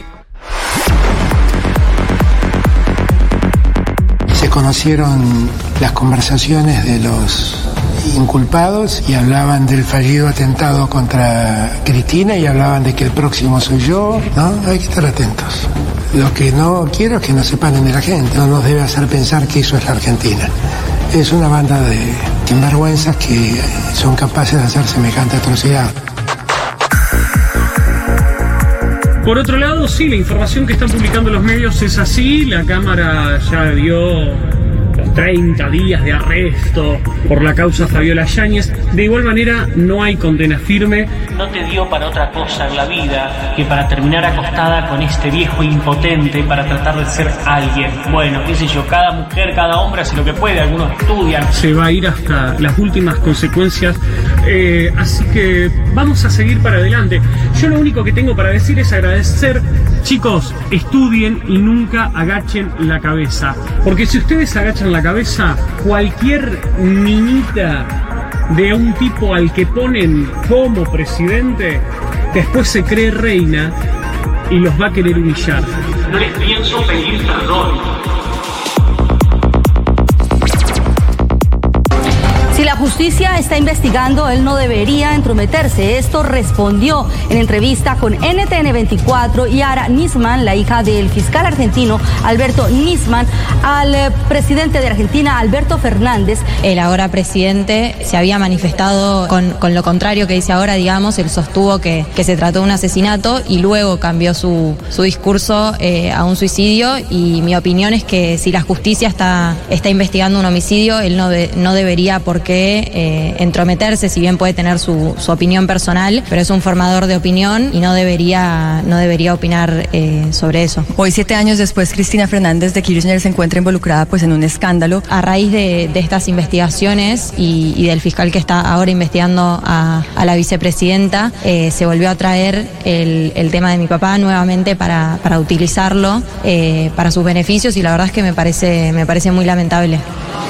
[SPEAKER 6] Se conocieron las conversaciones de los inculpados y hablaban del fallido atentado contra Cristina y hablaban de que el próximo soy yo, ¿no? Hay que estar atentos. Lo que no quiero es que nos separen de la gente, no nos debe hacer pensar que eso es la Argentina. Es una banda de sinvergüenzas que son capaces de hacer semejante atrocidad.
[SPEAKER 7] Por otro lado, sí, la información que están publicando los medios es así. La Cámara ya dio los treinta días de arresto por la causa Fabiola Yáñez. De igual manera, no hay condena firme.
[SPEAKER 8] No te dio para otra cosa en la vida que para terminar acostada con este viejo impotente para tratar de ser alguien. Bueno, qué sé yo, cada mujer, cada hombre hace lo que puede, algunos estudian.
[SPEAKER 7] Se va a ir hasta las últimas consecuencias. Eh, así que vamos a seguir para adelante. Yo lo único que tengo para decir es agradecer. Chicos, estudien y nunca agachen la cabeza. Porque si ustedes agachan la cabeza, cualquier niñita de un tipo al que ponen como presidente, después se cree reina y los va a querer humillar.
[SPEAKER 8] No les pienso pedir perdón.
[SPEAKER 9] Si la justicia está investigando, él no debería entrometerse. Esto respondió en entrevista con N T N veinticuatro Yara Nisman, la hija del fiscal argentino Alberto Nisman, al eh, presidente de Argentina, Alberto Fernández.
[SPEAKER 10] El ahora presidente se había manifestado con, con lo contrario que dice ahora, digamos. Él sostuvo que, que se trató de un asesinato y luego cambió su, su discurso eh, a un suicidio, y mi opinión es que si la justicia está, está investigando un homicidio, él no, de, no debería por qué eh, entrometerse, si bien puede tener su, su opinión personal, pero es un formador de opinión y no debería, no debería opinar eh, sobre eso.
[SPEAKER 11] Hoy, siete años después, Cristina Fernández de Kirchner se encuentra involucrada pues en un escándalo.
[SPEAKER 10] A raíz de, de estas investigaciones y, y del fiscal que está ahora investigando a, a la vicepresidenta, eh, se volvió a traer el, el tema de mi papá nuevamente para, para utilizarlo eh, para sus beneficios, y la verdad es que me parece, me parece muy lamentable.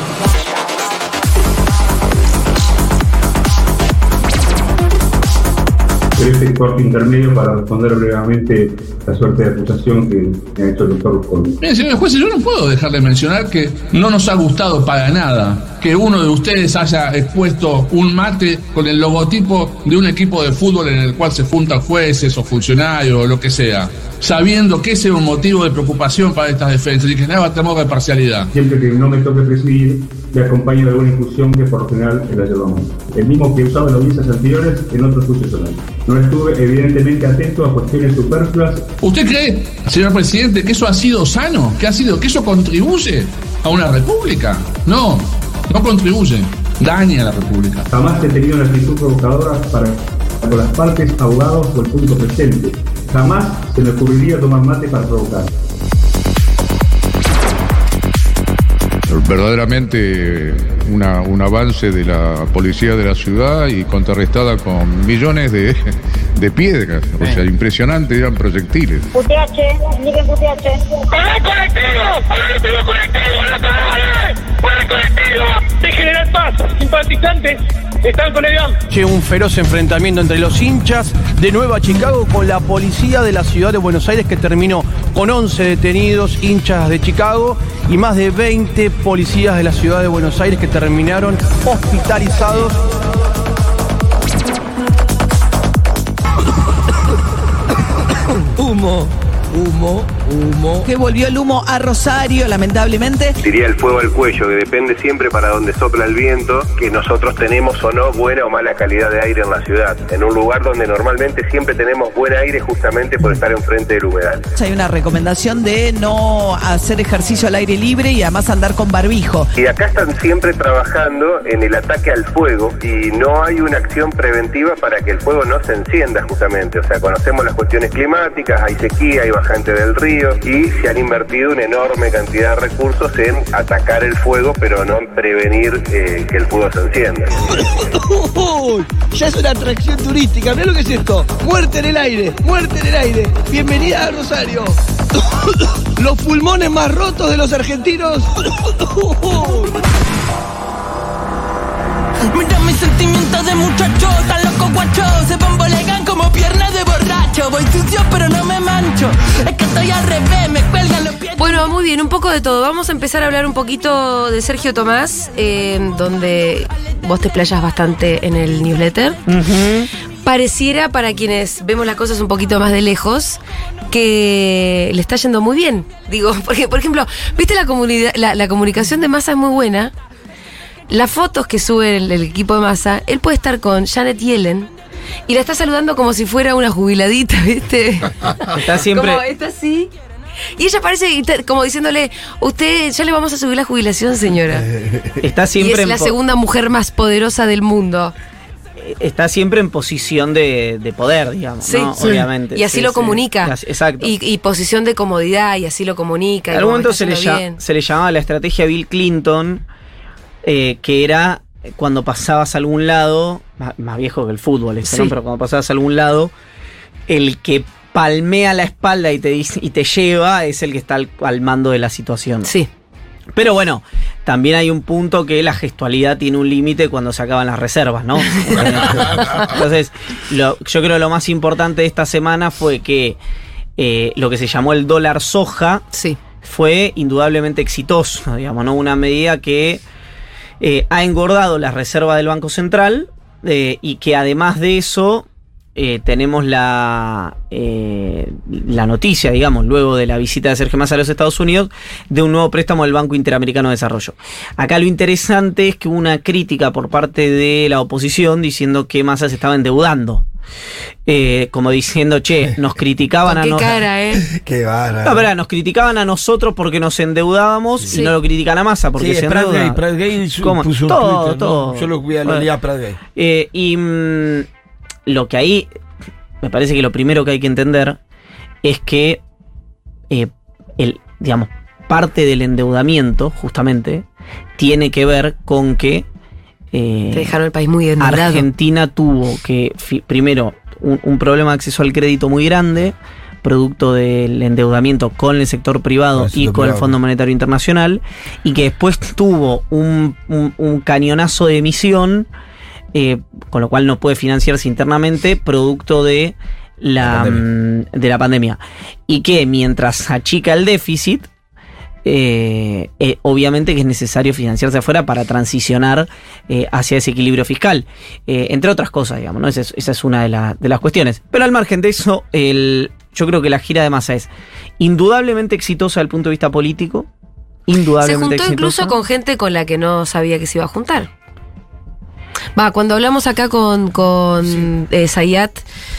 [SPEAKER 12] Este corte intermedio para responder brevemente la suerte de acusación que me ha hecho el doctor Colón.
[SPEAKER 13] Bien, señores jueces, yo no puedo dejar de mencionar que no nos ha gustado para nada que uno de ustedes haya expuesto un mate con el logotipo de un equipo de fútbol en el cual se juntan jueces o funcionarios o lo que sea, sabiendo que ese es un motivo de preocupación para estas defensas y que nada temor de parcialidad.
[SPEAKER 12] Siempre que no me toque presidir, me acompaño de alguna inclusión que por lo general la llevamos. El mismo que usaba en audiencias anteriores en otros juicios orales. No estuve evidentemente atento a cuestiones superfluas.
[SPEAKER 13] ¿Usted cree, señor presidente, que eso ha sido sano? ¿Que ha sido, que eso contribuye a una república? No, no contribuye, daña a la república.
[SPEAKER 12] Jamás he tenido una actitud provocadora para con las partes, abogados o el público presente. Jamás se me ocurriría tomar mate para provocar.
[SPEAKER 14] Verdaderamente una, un avance de la policía de la ciudad y contrarrestada con millones de, de piedras, o sea, impresionante, eran proyectiles.
[SPEAKER 15] Q T H, indiquen Q T H.
[SPEAKER 16] ¡Para el colectivo! ¡Para el colectivo! ¡No te vale! ¡Para el colectivo! ¡De General Paz! ¡Simpatizantes! ¡Están con el GAM!
[SPEAKER 17] Che, un feroz enfrentamiento entre los hinchas de Nueva Chicago con la policía de la ciudad de Buenos Aires, que terminó con once detenidos hinchas de Chicago y más de veinte policías de la ciudad de Buenos Aires que terminaron hospitalizados.
[SPEAKER 18] Humo, humo, humo. Que volvió el humo a Rosario, lamentablemente.
[SPEAKER 19] Diría el fuego al cuello, que depende siempre para donde sopla el viento, que nosotros tenemos o no buena o mala calidad de aire en la ciudad. En un lugar donde normalmente siempre tenemos buen aire justamente por estar enfrente del humedal.
[SPEAKER 18] Hay una recomendación de no hacer ejercicio al aire libre y además andar con barbijo.
[SPEAKER 19] Y acá están siempre trabajando en el ataque al fuego y no hay una acción preventiva para que el fuego no se encienda justamente. O sea, conocemos las cuestiones climáticas, hay sequía, hay bajante del río y se han invertido una enorme cantidad de recursos en atacar el fuego, pero no en prevenir eh, que el fuego se encienda.
[SPEAKER 18] Ya es una atracción turística, mirá lo que es esto. Muerte en el aire, muerte en el aire. Bienvenida a Rosario. Los pulmones más rotos de los argentinos.
[SPEAKER 20] Mira mis sentimientos de muchacho, tan loco guacho, se bambolean como piernas de borracho. Voy sucio pero no me mancho, es que estoy al revés, me cuelgan los pies.
[SPEAKER 2] Bueno, muy bien, un poco de todo. Vamos a empezar a hablar un poquito de Sergio Tomás, eh, donde vos te playas bastante en el newsletter. Uh-huh. Pareciera, para quienes vemos las cosas un poquito más de lejos, que le está yendo muy bien. Digo, porque, por ejemplo, viste la, comunidad, la, la comunicación de Massa es muy buena. Las fotos que sube el, el equipo de Massa, él puede estar con Janet Yellen y la está saludando como si fuera una jubiladita, ¿viste?
[SPEAKER 3] Está siempre...
[SPEAKER 2] Como está así. Y ella parece como diciéndole, usted, ya le vamos a subir la jubilación, señora.
[SPEAKER 3] Está siempre
[SPEAKER 2] y es la
[SPEAKER 3] po-
[SPEAKER 2] segunda mujer más poderosa del mundo.
[SPEAKER 3] Está siempre en posición de, de poder, digamos,
[SPEAKER 2] sí,
[SPEAKER 3] ¿no?
[SPEAKER 2] sí.
[SPEAKER 3] Obviamente.
[SPEAKER 2] Y así
[SPEAKER 3] sí,
[SPEAKER 2] lo
[SPEAKER 3] sí.
[SPEAKER 2] comunica.
[SPEAKER 3] Exacto.
[SPEAKER 2] Y, y posición de comodidad, y así lo comunica.
[SPEAKER 3] En algún momento se le, ya, se le llamaba la estrategia Bill Clinton, eh, que era cuando pasabas a algún lado, más, más viejo que el fútbol, eso, sí. ¿no? Pero cuando pasabas a algún lado, el que palmea la espalda y te, y te lleva es el que está al, al mando de la situación.
[SPEAKER 2] Sí.
[SPEAKER 3] Pero bueno, también hay un punto que la gestualidad tiene un límite cuando se acaban las reservas, ¿no? Entonces, lo, yo creo que lo más importante de esta semana fue que eh, lo que se llamó el dólar soja,
[SPEAKER 2] sí.
[SPEAKER 3] fue indudablemente exitoso, digamos, ¿no? Una medida que eh, ha engordado las reservas del Banco Central eh, y que además de eso eh, tenemos la, eh, la noticia, digamos, luego de la visita de Sergio Massa a los Estados Unidos, de un nuevo préstamo del Banco Interamericano de Desarrollo. Acá lo interesante es que hubo una crítica por parte de la oposición diciendo que Massa se estaba endeudando. Eh, como diciendo, che, nos criticaban a
[SPEAKER 2] nosotros.
[SPEAKER 3] nosotros.
[SPEAKER 2] Qué cara, ¿eh?
[SPEAKER 4] Qué vara.
[SPEAKER 3] No, pero nos criticaban a nosotros porque nos endeudábamos
[SPEAKER 2] sí.
[SPEAKER 3] y no lo critican a Massa porque
[SPEAKER 4] sí,
[SPEAKER 3] se
[SPEAKER 4] Prat
[SPEAKER 3] endeuda.
[SPEAKER 4] Gay, Prat Gay
[SPEAKER 3] ¿Cómo?
[SPEAKER 4] puso un
[SPEAKER 3] todo,
[SPEAKER 4] Twitter,
[SPEAKER 3] todo.
[SPEAKER 4] ¿no? Yo lo voy a leer a Prat Gay.
[SPEAKER 3] Eh, y mmm, lo que ahí me parece que lo primero que hay que entender es que eh, el, digamos, parte del endeudamiento, justamente, tiene que ver con que Eh,
[SPEAKER 2] Te dejaron el país muy endeudado.
[SPEAKER 3] Argentina tuvo que, fi, primero, un, un problema de acceso al crédito muy grande, producto del endeudamiento con el sector privado el sector y con privado. el Fondo Monetario Internacional, y que después tuvo un, un, un cañonazo de emisión, eh, con lo cual no puede financiarse internamente, producto de la, la de la pandemia. Y que mientras achica el déficit, Eh, eh, obviamente que es necesario financiarse afuera para transicionar eh, hacia ese equilibrio fiscal, eh, entre otras cosas, digamos, ¿no? Esa es, esa es una de, la, de las cuestiones. Pero al margen de eso, el, yo creo que la gira de Massa es indudablemente exitosa desde el punto de vista político, indudablemente
[SPEAKER 2] Se juntó
[SPEAKER 3] exitosa.
[SPEAKER 2] incluso con gente con la que no sabía que se iba a juntar. Va, cuando hablamos acá con, con sí. eh, Zayat,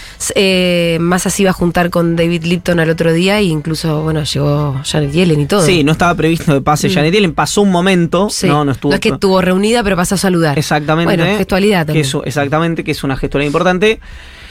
[SPEAKER 2] Eh, Massa se iba a juntar con David Lipton al otro día e incluso, bueno, llegó Janet Yellen y todo.
[SPEAKER 3] Sí, no estaba previsto que pase mm. Janet Yellen, pasó un momento,
[SPEAKER 2] sí.
[SPEAKER 3] no, no estuvo.
[SPEAKER 2] No es que estuvo reunida, pero pasó a saludar.
[SPEAKER 3] Exactamente.
[SPEAKER 2] Bueno, gestualidad también.
[SPEAKER 3] Que eso, exactamente, que es una gestualidad importante.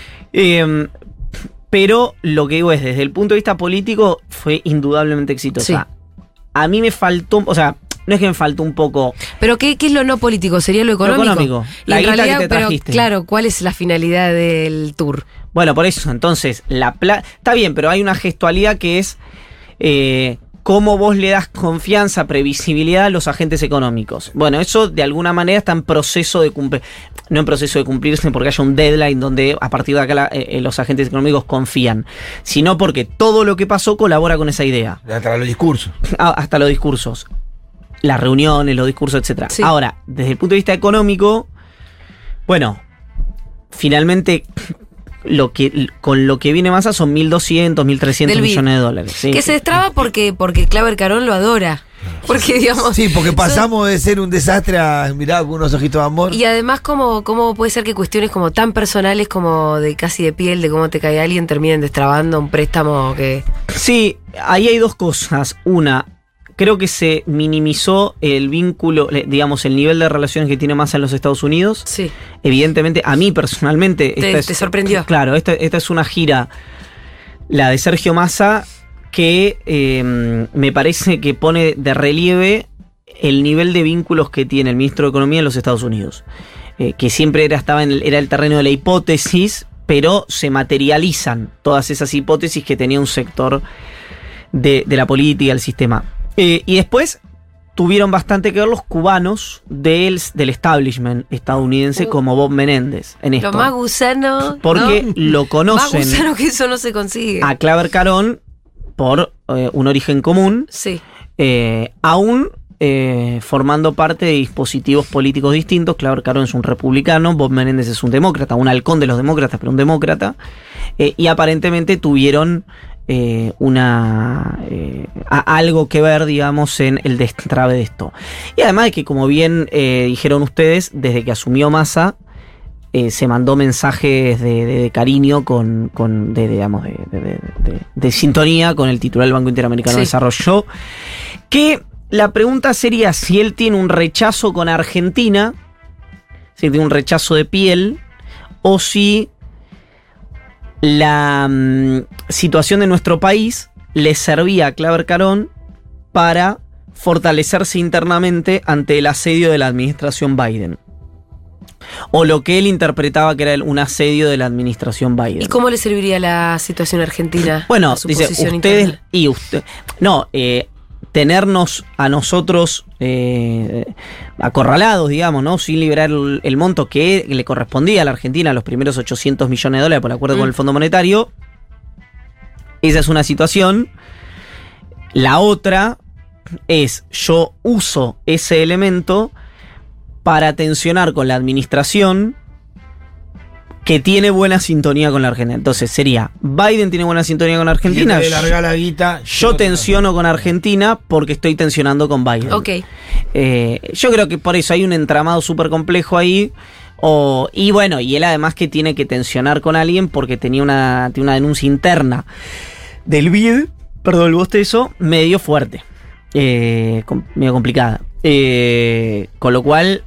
[SPEAKER 3] Eh, pero lo que digo es, desde el punto de vista político, fue indudablemente exitosa. Sí. A mí me faltó, o sea, no es que me faltó un poco.
[SPEAKER 2] ¿Pero qué, qué es lo no político? ¿Sería lo económico?
[SPEAKER 3] Lo económico. La guita que te trajiste.
[SPEAKER 2] Pero, claro, ¿cuál es la finalidad del tour?
[SPEAKER 3] Bueno, por eso, entonces, la pla- está bien, pero hay una gestualidad que es eh, cómo vos le das confianza, previsibilidad a los agentes económicos. Bueno, eso de alguna manera está en proceso de cumplir, no en proceso de cumplirse porque haya un deadline donde a partir de acá la, eh, los agentes económicos confían, sino porque todo lo que pasó colabora con esa idea.
[SPEAKER 4] Hasta los discursos.
[SPEAKER 3] Ah, hasta los discursos. Las reuniones, los discursos, etcétera.
[SPEAKER 2] Sí.
[SPEAKER 3] Ahora, desde el punto de vista económico, bueno, finalmente lo que con lo que viene Massa son mil doscientos, mil trescientos millones de dólares. Sí,
[SPEAKER 2] que
[SPEAKER 3] sí.
[SPEAKER 2] se destraba porque, porque Claver Carón lo adora. Porque, digamos.
[SPEAKER 4] Sí, porque pasamos son, de ser un desastre a mirar con unos ojitos de amor.
[SPEAKER 2] Y además, ¿cómo, cómo puede ser que cuestiones como tan personales como de casi de piel, de cómo te cae alguien, terminen destrabando un préstamo que.
[SPEAKER 3] Sí, ahí hay dos cosas. Una, creo que se minimizó el vínculo, digamos, el nivel de relaciones que tiene Massa en los Estados Unidos.
[SPEAKER 2] Sí.
[SPEAKER 3] Evidentemente, a mí personalmente.
[SPEAKER 2] Te,
[SPEAKER 3] esta es,
[SPEAKER 2] te sorprendió.
[SPEAKER 3] Claro, esta, esta es una gira, la de Sergio Massa, que eh, me parece que pone de relieve el nivel de vínculos que tiene el ministro de Economía en los Estados Unidos. Eh, que siempre era, estaba en el, era el terreno de la hipótesis, pero se materializan todas esas hipótesis que tenía un sector de, de la política, del sistema. Eh, y después tuvieron bastante que ver los cubanos del, del establishment estadounidense uh, como Bob Menéndez en esto.
[SPEAKER 2] Lo más gusano.
[SPEAKER 3] Porque
[SPEAKER 2] ¿no?
[SPEAKER 3] lo conocen.
[SPEAKER 2] Más gusano que eso no se consigue.
[SPEAKER 3] A Claver Carón por eh, un origen común.
[SPEAKER 2] Sí.
[SPEAKER 3] Eh, aún eh, formando parte de dispositivos políticos distintos. Claver Carón es un republicano, Bob Menéndez es un demócrata, un halcón de los demócratas, pero un demócrata. Eh, y aparentemente tuvieron Eh, una eh, a, algo que ver, digamos, en el destrabe de esto. Y además de que, como bien eh, dijeron ustedes, desde que asumió Massa, eh, se mandó mensajes de, de, de cariño con, con de, digamos, de, de, de, de, de sintonía con el titular del Banco Interamericano sí. de Desarrollo. Que la pregunta sería si él tiene un rechazo con Argentina, si tiene un rechazo de piel, o si la um, situación de nuestro país le servía a Claver Carón para fortalecerse internamente ante el asedio de la administración Biden. O lo que él interpretaba que era un asedio de la administración Biden.
[SPEAKER 2] ¿Y cómo le serviría la situación argentina?
[SPEAKER 3] Bueno,
[SPEAKER 2] a su
[SPEAKER 3] dice,
[SPEAKER 2] posición
[SPEAKER 3] ustedes
[SPEAKER 2] interna?
[SPEAKER 3] y usted. No, eh, tenernos a nosotros eh, acorralados, digamos, ¿no? Sin liberar el, el monto que le correspondía a la Argentina, los primeros ochocientos millones de dólares por acuerdo mm. con el Fondo Monetario, Esa es una situación. La otra es, yo uso ese elemento para tensionar con la administración que tiene buena sintonía con la Argentina. Entonces sería, Biden tiene buena sintonía con la Argentina.
[SPEAKER 4] Y larga la guita,
[SPEAKER 3] yo tensiono con Argentina porque estoy tensionando con Biden.
[SPEAKER 2] Ok.
[SPEAKER 3] Eh, yo creo que por eso hay un entramado súper complejo ahí. O, y bueno, y él además que tiene que tensionar con alguien porque tenía una, tiene una denuncia interna del B I D, perdón, el bostezo, medio fuerte. Eh, com- medio complicada. Eh, con lo cual,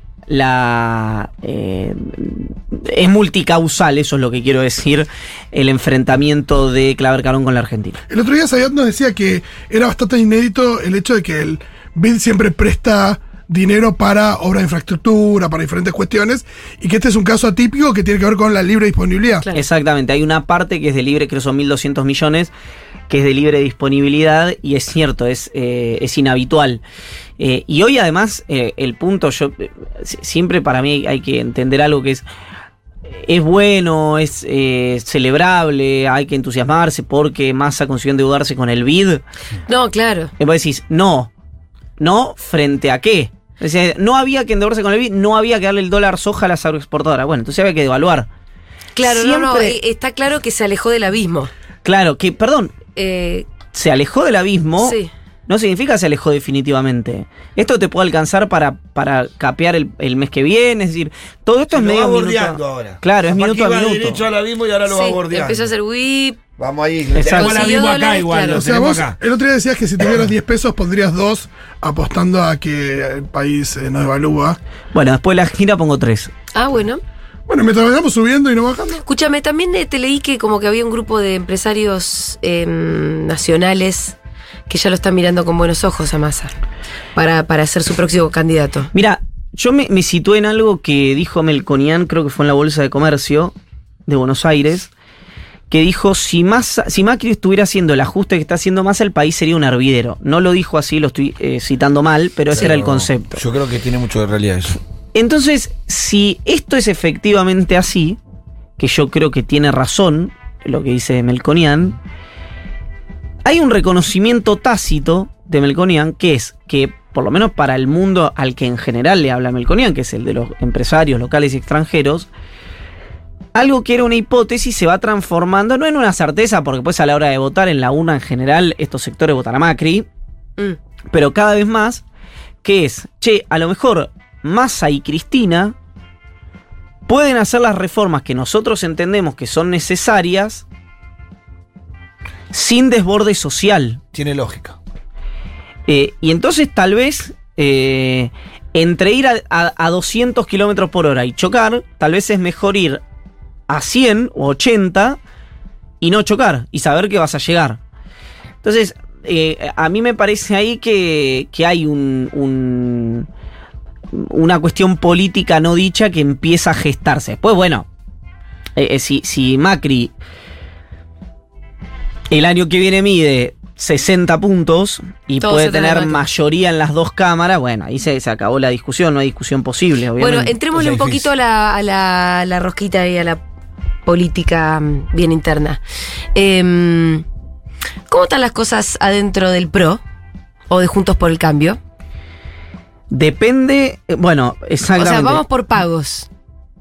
[SPEAKER 3] la eh, es multicausal, eso es lo que quiero decir, el enfrentamiento de Claver Carón con la Argentina.
[SPEAKER 5] El otro día Sayat nos decía que era bastante inédito el hecho de que el B I D siempre presta dinero para obras de infraestructura, para diferentes cuestiones, y que este es un caso atípico que tiene que ver con la libre disponibilidad.
[SPEAKER 3] Claro. Exactamente, hay una parte que es de libre, creo que son mil doscientos millones, que es de libre disponibilidad, y es cierto, es, eh, es inhabitual. Eh, y hoy además, eh, el punto, yo eh, siempre para mí hay que entender algo que es, es bueno, es eh, celebrable, hay que entusiasmarse porque Massa consiguió endeudarse con el B I D.
[SPEAKER 2] No, claro.
[SPEAKER 3] Y vos decís, no, no, ¿frente a qué? Es decir, no había que endeudarse con el B I D, no había que darle el dólar soja a las agroexportadoras. Bueno, entonces había que devaluar.
[SPEAKER 2] Claro,
[SPEAKER 3] Siempre,
[SPEAKER 2] no, no, eh, está claro que se alejó del abismo.
[SPEAKER 3] Claro, que, perdón,
[SPEAKER 2] Eh,
[SPEAKER 3] se alejó del abismo,
[SPEAKER 2] sí.
[SPEAKER 3] no significa se alejó definitivamente. Esto te puede alcanzar para, para capear el, el mes que viene, es decir, todo esto
[SPEAKER 4] Se
[SPEAKER 3] es
[SPEAKER 4] lo
[SPEAKER 3] medio
[SPEAKER 4] va
[SPEAKER 3] minuto.
[SPEAKER 4] bordeando ahora.
[SPEAKER 3] Claro, es
[SPEAKER 4] Capaz
[SPEAKER 3] minuto
[SPEAKER 4] que
[SPEAKER 3] a
[SPEAKER 4] iba
[SPEAKER 3] minuto.
[SPEAKER 4] derecho al abismo y ahora lo
[SPEAKER 2] sí,
[SPEAKER 4] va bordeando.
[SPEAKER 2] empezó a hacer whip.
[SPEAKER 4] Vamos ahí.
[SPEAKER 3] Exacto.
[SPEAKER 4] Tenemos el abismo acá
[SPEAKER 2] Dólares,
[SPEAKER 4] igual,
[SPEAKER 2] claro.
[SPEAKER 4] lo
[SPEAKER 5] O sea,
[SPEAKER 4] tenemos
[SPEAKER 5] vos
[SPEAKER 4] acá.
[SPEAKER 5] el otro día decías que si tuvieras diez pesos pondrías dos apostando a que el país eh, no devalúa.
[SPEAKER 3] Bueno, después de la gira pongo tres.
[SPEAKER 2] Ah, bueno.
[SPEAKER 5] Bueno, mientras vayamos subiendo y no bajando.
[SPEAKER 2] Escúchame, también eh, te leí que como que había un grupo de empresarios eh, nacionales que ya lo están mirando con buenos ojos a Massa para, para ser su próximo candidato.
[SPEAKER 3] Mira, yo me, me situé en algo que dijo Melconian, creo que fue en la Bolsa de Comercio de Buenos Aires, que dijo, si Massa, si Macri estuviera haciendo el ajuste que está haciendo Massa, el país sería un hervidero. No lo dijo así, lo estoy eh, citando mal, pero ese
[SPEAKER 4] Sí,
[SPEAKER 3] era el
[SPEAKER 4] no,
[SPEAKER 3] concepto.
[SPEAKER 4] Yo creo que tiene mucho de realidad eso.
[SPEAKER 3] Entonces, si esto es efectivamente así, que yo creo que tiene razón lo que dice Melconian, hay un reconocimiento tácito de Melconian, que es que, por lo menos para el mundo al que en general le habla Melconian, que es el de los empresarios locales y extranjeros, algo que era una hipótesis se va transformando, no en una certeza, porque pues a la hora de votar en la urna en general, estos sectores votan a Macri,
[SPEAKER 2] Mm.
[SPEAKER 3] pero cada vez más, que es, che, a lo mejor Massa y Cristina pueden hacer las reformas que nosotros entendemos que son necesarias sin desborde social.
[SPEAKER 4] Tiene lógica.
[SPEAKER 3] Eh, y entonces tal vez eh, entre ir a, a, a doscientos kilómetros por hora y chocar, tal vez es mejor ir a cien o ochenta y no chocar y saber que vas a llegar. Entonces, eh, a mí me parece ahí que, que hay un, un, una cuestión política no dicha que empieza a gestarse. Después, bueno, eh, si, si Macri el año que viene mide sesenta puntos y
[SPEAKER 2] Todo
[SPEAKER 3] puede
[SPEAKER 2] se tener
[SPEAKER 3] tener
[SPEAKER 2] Macri.
[SPEAKER 3] mayoría en las dos cámaras, bueno, ahí se, se acabó la discusión, no hay discusión posible, obviamente.
[SPEAKER 2] Bueno, entrémosle
[SPEAKER 4] Cosa
[SPEAKER 2] un poquito a la, a la, a la rosquita y a la política mm, bien interna. Em, ¿Cómo están las cosas adentro del P R O o de Juntos por el Cambio?
[SPEAKER 3] Depende, eh, bueno, exactamente.
[SPEAKER 2] O sea, vamos por pagos.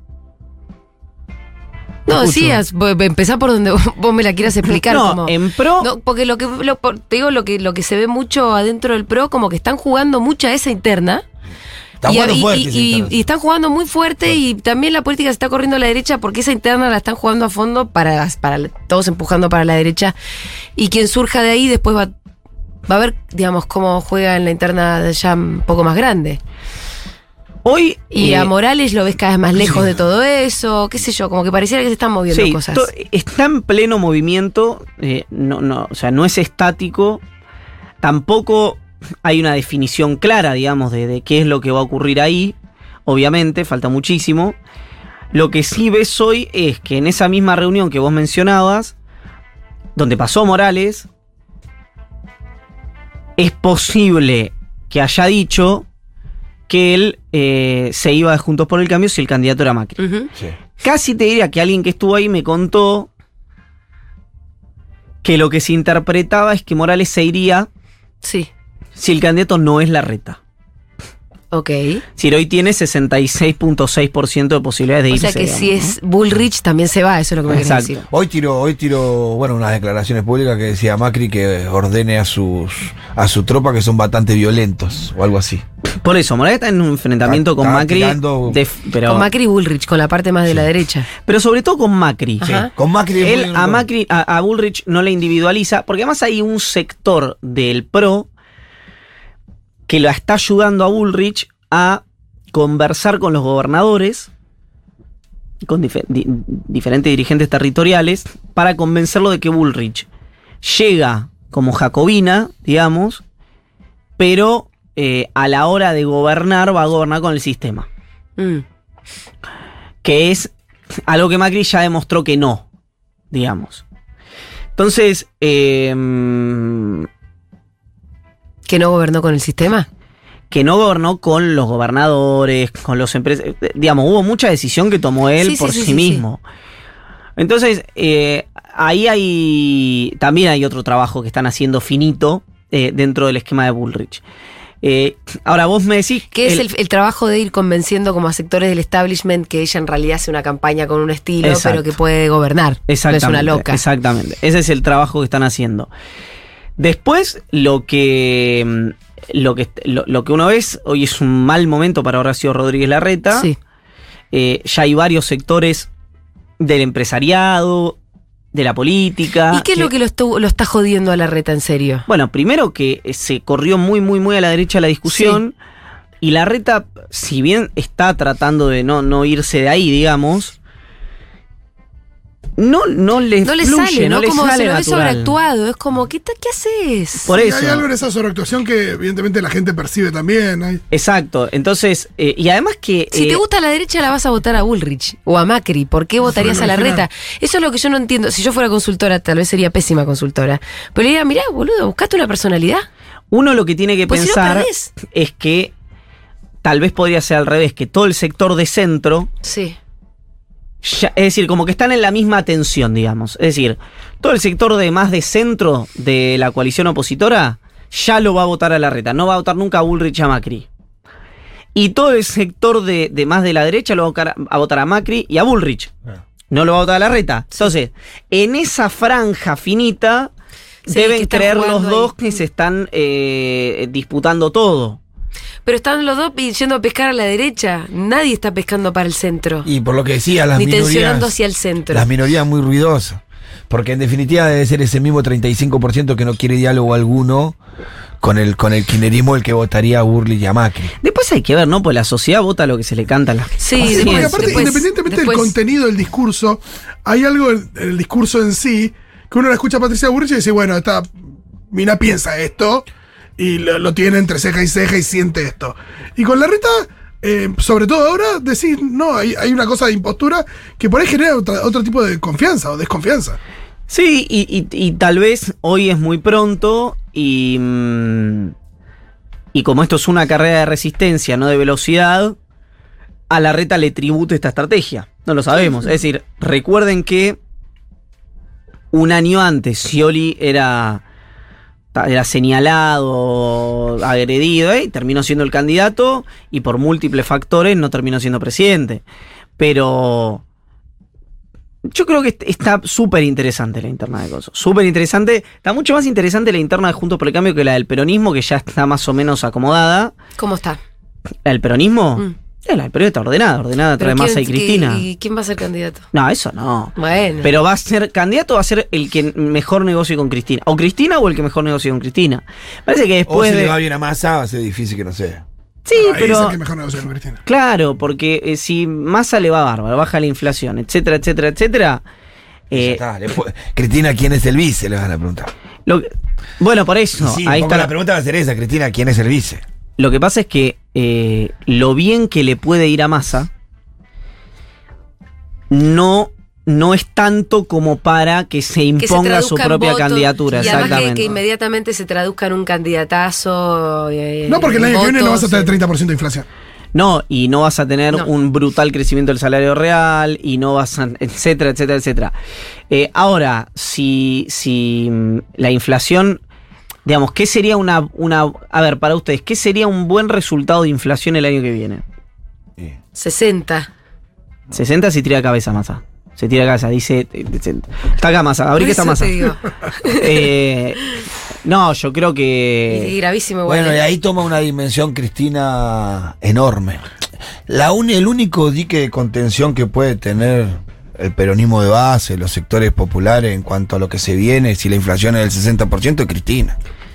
[SPEAKER 2] No,
[SPEAKER 3] Escucho.
[SPEAKER 2] sí, as- vo- empezá por donde vos, vos me la quieras explicar.
[SPEAKER 3] No,
[SPEAKER 2] como-
[SPEAKER 3] en Pro-
[SPEAKER 2] No, porque lo que lo- por- te digo lo que lo que se ve mucho adentro del P R O, como que están jugando mucha esa interna.
[SPEAKER 4] Está
[SPEAKER 2] y,
[SPEAKER 4] jugando
[SPEAKER 2] y-
[SPEAKER 4] fuerte
[SPEAKER 2] y-
[SPEAKER 4] esa
[SPEAKER 2] y-
[SPEAKER 4] interna.
[SPEAKER 2] y están jugando muy fuerte y también la política se está corriendo a la derecha porque esa interna la están jugando a fondo para, para todos empujando para la derecha. Y quien surja de ahí después va, va a ver, digamos, cómo juega en la interna ya un poco más grande.
[SPEAKER 3] Hoy.
[SPEAKER 2] Y
[SPEAKER 3] eh,
[SPEAKER 2] a Morales lo ves cada vez más lejos de todo eso, qué sé yo, como que pareciera que se están moviendo
[SPEAKER 3] sí,
[SPEAKER 2] cosas.
[SPEAKER 3] to- está en pleno movimiento, eh, no, no, o sea, no es estático, tampoco hay una definición clara, digamos, de, de qué es lo que va a ocurrir ahí, obviamente, falta muchísimo. Lo que sí ves hoy es que en esa misma reunión que vos mencionabas, donde pasó Morales, es posible que haya dicho que él eh, se iba de Juntos por el Cambio si el candidato era Macri.
[SPEAKER 2] Ujú.
[SPEAKER 4] Sí.
[SPEAKER 3] Casi te diría que alguien que estuvo ahí me contó que lo que se interpretaba es que Morales se iría
[SPEAKER 2] sí.
[SPEAKER 3] si el candidato no es Larreta.
[SPEAKER 2] Ok.
[SPEAKER 3] Si hoy tiene sesenta y seis punto seis por ciento de posibilidades de
[SPEAKER 2] o
[SPEAKER 3] irse.
[SPEAKER 2] O sea que
[SPEAKER 3] digamos,
[SPEAKER 2] si
[SPEAKER 3] ¿no?
[SPEAKER 2] es Bullrich también se va, eso es lo que me querés decir.
[SPEAKER 4] Hoy tiró, hoy tiró, bueno, unas declaraciones públicas que decía Macri que ordene a sus a su tropa que son bastante violentos o algo así.
[SPEAKER 3] Por eso, Morales está en un enfrentamiento
[SPEAKER 4] Está-
[SPEAKER 3] con
[SPEAKER 4] está
[SPEAKER 3] Macri.
[SPEAKER 4] tirando-
[SPEAKER 3] de- pero,
[SPEAKER 2] Con Macri y Bullrich, con la parte más de la derecha.
[SPEAKER 3] pero sobre todo con Macri.
[SPEAKER 2] Ajá.
[SPEAKER 4] Sí, con Macri es
[SPEAKER 3] Él
[SPEAKER 4] muy-
[SPEAKER 3] a Macri, a, a Bullrich no le individualiza, porque además hay un sector del PRO que lo está ayudando a Bullrich a conversar con los gobernadores, con dife- di- diferentes dirigentes territoriales, para convencerlo de que Bullrich llega como jacobina, digamos, pero eh, a la hora de gobernar va a gobernar con el sistema.
[SPEAKER 2] Mm.
[SPEAKER 3] Que es algo que Macri ya demostró que no, digamos. Entonces, eh,
[SPEAKER 2] ¿Que no gobernó con el sistema?
[SPEAKER 3] que no gobernó con los gobernadores, con los empresarios. Digamos, hubo mucha decisión que tomó él
[SPEAKER 2] Sí, sí,
[SPEAKER 3] por
[SPEAKER 2] sí,
[SPEAKER 3] sí,
[SPEAKER 2] sí,
[SPEAKER 3] mismo. Entonces, eh, ahí hay. También hay otro trabajo que están haciendo finito eh, dentro del esquema de Bullrich. Eh, ahora, vos me decís.
[SPEAKER 2] ¿Qué es el, el trabajo de ir convenciendo como a sectores del establishment que ella en realidad hace una campaña con un estilo,
[SPEAKER 3] Exacto.
[SPEAKER 2] pero que puede gobernar? No es
[SPEAKER 3] Exactamente,
[SPEAKER 2] una loca.
[SPEAKER 3] Exactamente. Ese es el trabajo que están haciendo. Después, lo que. Lo que, lo, lo que uno ve es, hoy es un mal momento para Horacio Rodríguez Larreta.
[SPEAKER 2] Sí.
[SPEAKER 3] Eh, ya hay varios sectores del empresariado, de la política.
[SPEAKER 2] ¿Y qué es lo que lo, estu- lo está jodiendo a Larreta en serio?
[SPEAKER 3] Bueno, primero que se corrió muy, muy, muy a la derecha la discusión. Y Larreta, si bien está tratando de no, no irse de ahí, digamos, no, no le
[SPEAKER 2] No le
[SPEAKER 3] fluye,
[SPEAKER 2] sale, ¿no?
[SPEAKER 3] no le
[SPEAKER 2] Como
[SPEAKER 3] sale
[SPEAKER 2] se lo ve
[SPEAKER 3] natural.
[SPEAKER 2] sobreactuado. Es como, ¿qué, ta- qué haces?
[SPEAKER 3] Por
[SPEAKER 5] Y
[SPEAKER 3] eso.
[SPEAKER 5] hay algo en esa sobreactuación que evidentemente la gente percibe también. Hay-
[SPEAKER 3] Exacto. Entonces, eh, y además que.
[SPEAKER 2] Si
[SPEAKER 3] eh,
[SPEAKER 2] te gusta la derecha, la vas a votar a Bullrich o a Macri. ¿Por qué votarías
[SPEAKER 5] lo
[SPEAKER 2] a Larreta?
[SPEAKER 5] imaginan.
[SPEAKER 2] Eso es lo que yo no entiendo. Si yo fuera consultora, tal vez sería pésima consultora. Pero le diría, mirá, boludo, buscate una personalidad.
[SPEAKER 3] Uno lo que tiene que
[SPEAKER 2] Pues si no
[SPEAKER 3] pensar
[SPEAKER 2] perdés.
[SPEAKER 3] es que tal vez podría ser al revés, que todo el sector de centro.
[SPEAKER 2] Sí.
[SPEAKER 3] Ya- es decir, como que están en la misma tensión, digamos. Es decir, todo el sector de más de centro de la coalición opositora ya lo va a votar a Larreta. No va a votar nunca a Bullrich y a Macri. Y todo el sector de, de más de la derecha lo va a votar, a votar a Macri y a Bullrich. No lo va a votar a Larreta. Entonces, en esa franja finita
[SPEAKER 2] Sí, que
[SPEAKER 3] deben
[SPEAKER 2] están
[SPEAKER 3] creer los
[SPEAKER 2] jugando
[SPEAKER 3] dos
[SPEAKER 2] ahí.
[SPEAKER 3] que se están eh, disputando todo.
[SPEAKER 2] Pero están los dos yendo a pescar a la derecha. Nadie está pescando para el centro.
[SPEAKER 4] Y por lo que decía, las
[SPEAKER 2] Ni
[SPEAKER 4] minorías.
[SPEAKER 2] tensionando hacia el centro.
[SPEAKER 4] Las minorías muy ruidosas. Porque en definitiva debe ser ese mismo treinta y cinco por ciento que no quiere diálogo alguno con el con el kirchnerismo, el que votaría a Bullrich y a Macri.
[SPEAKER 3] Después hay que ver, ¿no? Pues la sociedad vota lo que se le canta a la
[SPEAKER 2] Sí,
[SPEAKER 5] Sí,
[SPEAKER 2] después-
[SPEAKER 5] porque aparte,
[SPEAKER 2] después-
[SPEAKER 5] independientemente
[SPEAKER 2] después-
[SPEAKER 5] del contenido del discurso, hay algo en en el discurso en sí que uno la escucha a Patricia Bullrich y dice, bueno, esta mina piensa esto y lo, lo tiene entre ceja y ceja y siente esto. Y con Larreta, eh, sobre todo ahora, decís, no, hay, hay una cosa de impostura que por ahí genera otra- otro tipo de confianza o desconfianza.
[SPEAKER 3] Sí, y, y- y tal vez hoy es muy pronto y, mm, y como esto es una carrera de resistencia, no de velocidad, a Larreta le tribute esta estrategia. No lo sabemos. Es decir, recuerden que un año antes Scioli era, era señalado, agredido, ¿eh? Y terminó siendo el candidato y por múltiples factores no terminó siendo presidente. Pero yo creo que está súper interesante la interna de Coso. Súper interesante. Está mucho más interesante la interna de Juntos por el Cambio que la del peronismo, que ya está más o menos acomodada.
[SPEAKER 2] ¿Cómo está?
[SPEAKER 3] ¿La del peronismo?
[SPEAKER 2] Mm.
[SPEAKER 3] Eh, la del peronismo está ordenada. Ordenada
[SPEAKER 2] Pero
[SPEAKER 3] trae
[SPEAKER 2] ¿quién-
[SPEAKER 3] Massa y
[SPEAKER 2] qué-
[SPEAKER 3] Cristina.
[SPEAKER 2] ¿Y quién va a ser candidato?
[SPEAKER 3] No, eso no.
[SPEAKER 2] Bueno.
[SPEAKER 3] Pero va a ser, candidato va a ser el que mejor negocie con Cristina. O Cristina o el que mejor negocie con Cristina. Parece que
[SPEAKER 4] O
[SPEAKER 3] después
[SPEAKER 4] si
[SPEAKER 3] de...
[SPEAKER 4] le va bien a Massa, va a ser difícil que no sea.
[SPEAKER 3] Sí,
[SPEAKER 5] Ahí es
[SPEAKER 3] pero...
[SPEAKER 5] el que mejor negocia con Cristina.
[SPEAKER 3] Claro, porque eh, si Massa le va bárbaro, baja la inflación, etcétera, etcétera, etcétera... eh,
[SPEAKER 4] Ya está, le pu- Cristina, ¿quién es el vice? Le van a preguntar.
[SPEAKER 3] lo que- bueno, por eso,
[SPEAKER 4] Y sí,
[SPEAKER 3] ahí
[SPEAKER 4] un poco
[SPEAKER 3] está.
[SPEAKER 4] la pregunta va a ser esa, Cristina, ¿quién es el vice?
[SPEAKER 3] Lo que pasa es que eh, lo bien que le puede ir a Massa no, no es tanto como para que se
[SPEAKER 2] Que se
[SPEAKER 3] imponga su
[SPEAKER 2] traduzca en
[SPEAKER 3] propia
[SPEAKER 2] votos,
[SPEAKER 3] candidatura.
[SPEAKER 2] Y además que,
[SPEAKER 3] Exactamente.
[SPEAKER 2] que inmediatamente se traduzca en un candidatazo. eh,
[SPEAKER 5] No, porque el año que viene no vas a tener
[SPEAKER 2] votos,
[SPEAKER 5] treinta por ciento de inflación.
[SPEAKER 3] No, y no vas a tener
[SPEAKER 2] No.
[SPEAKER 3] un brutal crecimiento del salario real, y no vas a, etcétera, etcétera, etcétera. Eh, ahora, si, si mm, la inflación, digamos, ¿qué sería una, una, a ver, para ustedes, qué sería un buen resultado de inflación el año que viene?
[SPEAKER 2] sesenta.
[SPEAKER 3] sesenta si tira cabeza, Massa. Se tira cabeza, dice, está acá Massa, abrí que está
[SPEAKER 2] Por eso
[SPEAKER 3] Massa.
[SPEAKER 2] te digo.
[SPEAKER 3] Eh, no, yo creo
[SPEAKER 2] Y
[SPEAKER 3] que...
[SPEAKER 2] gravísimo igual.
[SPEAKER 4] Bueno, y
[SPEAKER 2] ¿eh?
[SPEAKER 4] ahí toma una dimensión, Cristina, enorme. La un- el único dique de contención que puede tener el peronismo de base, los sectores populares en cuanto a lo que se viene, si la inflación es del sesenta por ciento, es Cristina.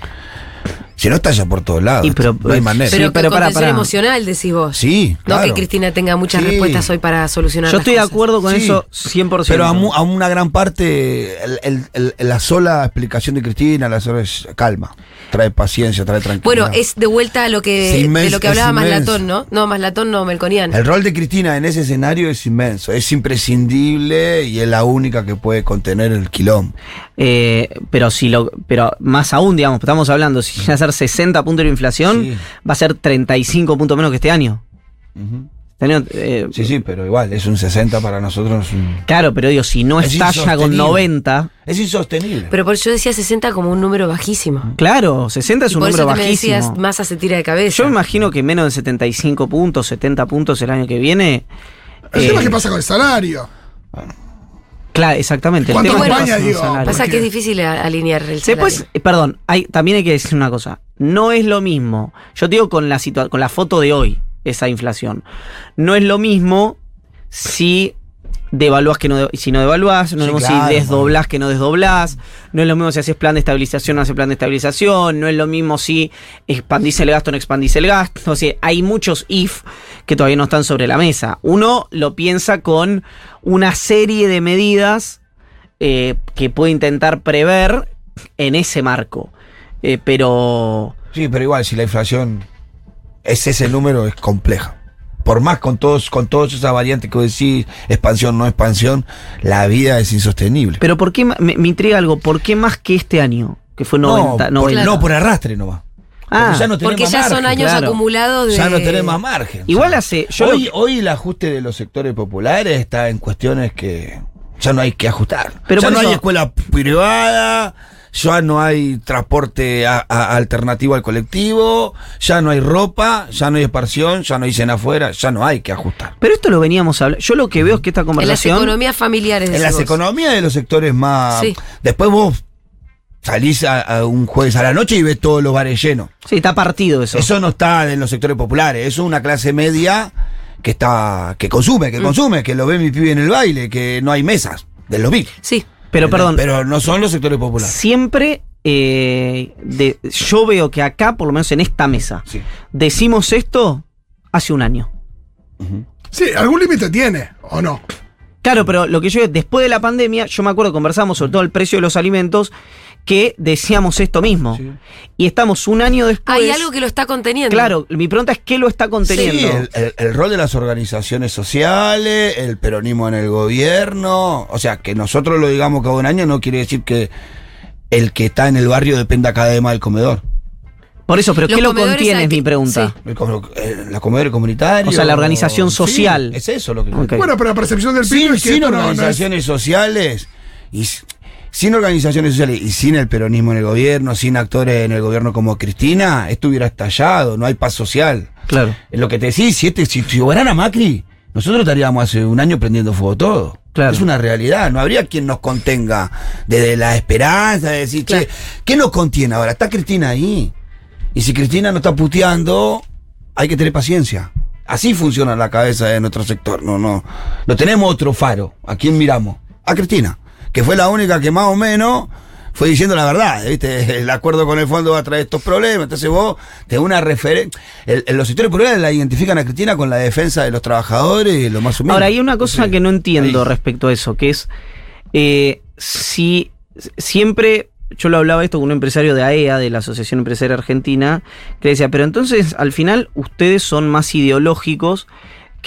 [SPEAKER 4] Si no, estalla por todos lados.
[SPEAKER 3] Y pero-
[SPEAKER 4] no hay manera.
[SPEAKER 2] Pero,
[SPEAKER 3] Sí, pero
[SPEAKER 2] que
[SPEAKER 3] pará,
[SPEAKER 2] contención
[SPEAKER 3] pará.
[SPEAKER 2] emocional, decís vos.
[SPEAKER 4] Sí,
[SPEAKER 2] No
[SPEAKER 4] claro.
[SPEAKER 2] que Cristina tenga muchas
[SPEAKER 4] Sí.
[SPEAKER 2] respuestas hoy para solucionar
[SPEAKER 3] Yo
[SPEAKER 2] las
[SPEAKER 3] estoy de
[SPEAKER 2] cosas.
[SPEAKER 3] acuerdo con
[SPEAKER 4] Sí.
[SPEAKER 3] eso cien por ciento.
[SPEAKER 4] Pero a, mu- a una gran parte, el- el- el- la sola explicación de Cristina, la sola es calma, trae paciencia, trae tranquilidad.
[SPEAKER 2] Bueno, es de vuelta a lo que,
[SPEAKER 4] Es inmenso,
[SPEAKER 2] de lo que
[SPEAKER 4] es
[SPEAKER 2] hablaba
[SPEAKER 4] inmenso.
[SPEAKER 2] Maslatón, ¿no? No, Maslatón no, Melconian.
[SPEAKER 4] El rol de Cristina en ese escenario es inmenso, es imprescindible y es la única que puede contener el quilombo.
[SPEAKER 3] Eh, pero si lo, pero más aún, digamos, estamos hablando, si llega a ser sesenta puntos de inflación,
[SPEAKER 4] Sí.
[SPEAKER 3] va a ser treinta y cinco puntos menos que este año. Este año, eh,
[SPEAKER 4] Sí, sí, pero igual, es un sesenta para nosotros. Es, un-
[SPEAKER 3] Claro, pero digo, si no
[SPEAKER 4] Es
[SPEAKER 3] estalla con
[SPEAKER 4] insostenible.
[SPEAKER 3] noventa,
[SPEAKER 4] es insostenible.
[SPEAKER 2] Pero por eso yo decía sesenta como un número bajísimo.
[SPEAKER 3] claro, sesenta es
[SPEAKER 2] Y
[SPEAKER 3] un
[SPEAKER 2] por
[SPEAKER 3] número
[SPEAKER 2] eso te me
[SPEAKER 3] bajísimo.
[SPEAKER 2] decías, Massa se tira de cabeza.
[SPEAKER 3] Yo me imagino que menos de setenta y cinco puntos, setenta puntos el año que viene.
[SPEAKER 5] El
[SPEAKER 3] eh,
[SPEAKER 5] tema es qué pasa con el salario.
[SPEAKER 3] Claro, exactamente. El
[SPEAKER 5] ¿Cuánto
[SPEAKER 3] tema es que
[SPEAKER 5] acompaña,
[SPEAKER 3] pasa con
[SPEAKER 5] digo?
[SPEAKER 3] salario.
[SPEAKER 2] Pasa
[SPEAKER 5] ¿Por
[SPEAKER 2] que
[SPEAKER 5] qué?
[SPEAKER 2] es difícil a- alinear el
[SPEAKER 3] Después,
[SPEAKER 2] salario.
[SPEAKER 3] eh, perdón, hay, también hay que decir una cosa. No es lo mismo. Yo te digo con la situa- con la foto de hoy, esa inflación. No es lo mismo si devaluás que no de- si no devaluás, no es
[SPEAKER 4] Sí,
[SPEAKER 3] lo mismo
[SPEAKER 4] claro,
[SPEAKER 3] si desdoblás que no desdoblás, no es lo mismo si haces plan de estabilización o no haces plan de estabilización, no es lo mismo si expandís el gasto o no expandís el gasto. O sea, hay muchos if que todavía no están sobre la mesa. Uno lo piensa con una serie de medidas eh, que puede intentar prever en ese marco. Eh, pero...
[SPEAKER 4] Sí, pero igual, si la inflación es ese número, es compleja. Por más con todos, con todas esas variantes que vos decís, expansión, no expansión, la vida es insostenible.
[SPEAKER 3] Pero ¿por qué, ma- me, me intriga algo, ¿por qué más que este año? Que fue
[SPEAKER 4] no,
[SPEAKER 3] noventa,
[SPEAKER 4] por,
[SPEAKER 3] noventa.
[SPEAKER 4] no, por arrastre nomás.
[SPEAKER 3] Ah,
[SPEAKER 4] Porque ya no tenés
[SPEAKER 2] Porque
[SPEAKER 4] más
[SPEAKER 2] ya son
[SPEAKER 4] margen.
[SPEAKER 2] años
[SPEAKER 3] claro.
[SPEAKER 2] acumulados de...
[SPEAKER 4] Ya no tenés más margen.
[SPEAKER 3] Igual
[SPEAKER 4] O sea,
[SPEAKER 3] hace... Yo
[SPEAKER 4] hoy,
[SPEAKER 3] lo-
[SPEAKER 4] hoy el ajuste de los sectores populares está en cuestiones que ya no hay que ajustar.
[SPEAKER 3] Pero
[SPEAKER 4] ya
[SPEAKER 3] por
[SPEAKER 4] no
[SPEAKER 3] eso-
[SPEAKER 4] hay escuela privada, ya no hay transporte a- a- alternativo al colectivo, ya no hay ropa, ya no hay expansión, ya no hay cena afuera, ya no hay que ajustar.
[SPEAKER 3] Pero esto lo veníamos a hablar. Yo lo que veo es que esta
[SPEAKER 2] En las
[SPEAKER 3] conversación...
[SPEAKER 2] economías familiares.
[SPEAKER 4] En
[SPEAKER 2] decís
[SPEAKER 4] las
[SPEAKER 2] vos.
[SPEAKER 4] economías de los sectores más...
[SPEAKER 2] Sí.
[SPEAKER 4] Después vos salís a, a un jueves a la noche y ves todos los bares llenos.
[SPEAKER 3] Sí, está partido eso.
[SPEAKER 4] Eso no está en los sectores populares, eso es una clase media que está que consume, que
[SPEAKER 2] Mm.
[SPEAKER 4] consume, que lo ve mi pibe en el baile, que no hay mesas, de los V I P.
[SPEAKER 2] Sí.
[SPEAKER 3] Pero perdón,
[SPEAKER 4] Pero no son los sectores populares.
[SPEAKER 3] siempre eh, de- yo veo que acá, por lo menos en esta mesa,
[SPEAKER 4] Sí.
[SPEAKER 3] decimos esto hace un año.
[SPEAKER 5] Sí, algún límite tiene, ¿o no?
[SPEAKER 3] Claro, pero lo que yo después de la pandemia, yo me acuerdo, conversamos sobre todo el precio de los alimentos, que decíamos esto mismo.
[SPEAKER 4] Sí.
[SPEAKER 3] Y estamos un año después.
[SPEAKER 2] Hay algo que lo está conteniendo.
[SPEAKER 3] Claro, mi pregunta es ¿qué lo está conteniendo?
[SPEAKER 4] Sí, el, el- el rol de las organizaciones sociales, el peronismo en el gobierno, o sea, que nosotros lo digamos cada un año no quiere decir que el que está en el barrio dependa cada vez más del comedor.
[SPEAKER 3] Por eso, pero
[SPEAKER 2] Los
[SPEAKER 3] ¿qué lo
[SPEAKER 2] comedores
[SPEAKER 3] contiene?
[SPEAKER 2] hay
[SPEAKER 3] Es
[SPEAKER 2] que-
[SPEAKER 3] mi pregunta.
[SPEAKER 4] El com- eh, la comedores comunitarios.
[SPEAKER 3] O sea, la organización
[SPEAKER 4] Sí,
[SPEAKER 3] social.
[SPEAKER 4] es eso lo que
[SPEAKER 3] Ok.
[SPEAKER 5] Bueno, pero la percepción del
[SPEAKER 4] sin,
[SPEAKER 5] pibe es que
[SPEAKER 4] sin
[SPEAKER 5] esto no- no es-
[SPEAKER 4] organizaciones sociales y s- sin organizaciones sociales y sin el peronismo en el gobierno, sin actores en el gobierno como Cristina, esto hubiera estallado, no hay paz social.
[SPEAKER 3] Claro.
[SPEAKER 4] Es lo que te decís, si, este, si, si gobernara Macri, nosotros estaríamos hace un año prendiendo fuego todo.
[SPEAKER 3] Claro.
[SPEAKER 4] Es una realidad, no habría quien nos contenga desde la esperanza, de decir, che, ¿qué nos contiene ahora? Está Cristina ahí. Y si Cristina no está puteando, hay que tener paciencia. Así funciona la cabeza de nuestro sector. No, no. No tenemos otro faro. ¿A quién miramos? A Cristina, que fue la única que más o menos fue diciendo la verdad. ¿Viste? El acuerdo con el fondo va a traer estos problemas. Entonces vos te una referencia. Los sectores populares la identifican a Cristina con la defensa de los trabajadores y lo más humilde.
[SPEAKER 3] Ahora, hay una cosa
[SPEAKER 4] Sí.
[SPEAKER 3] que no entiendo
[SPEAKER 4] Ahí.
[SPEAKER 3] respecto a eso, que es eh, si siempre, yo lo hablaba esto con un empresario de A E A, de la Asociación Empresaria Argentina, que decía, pero entonces al final ustedes son más ideológicos que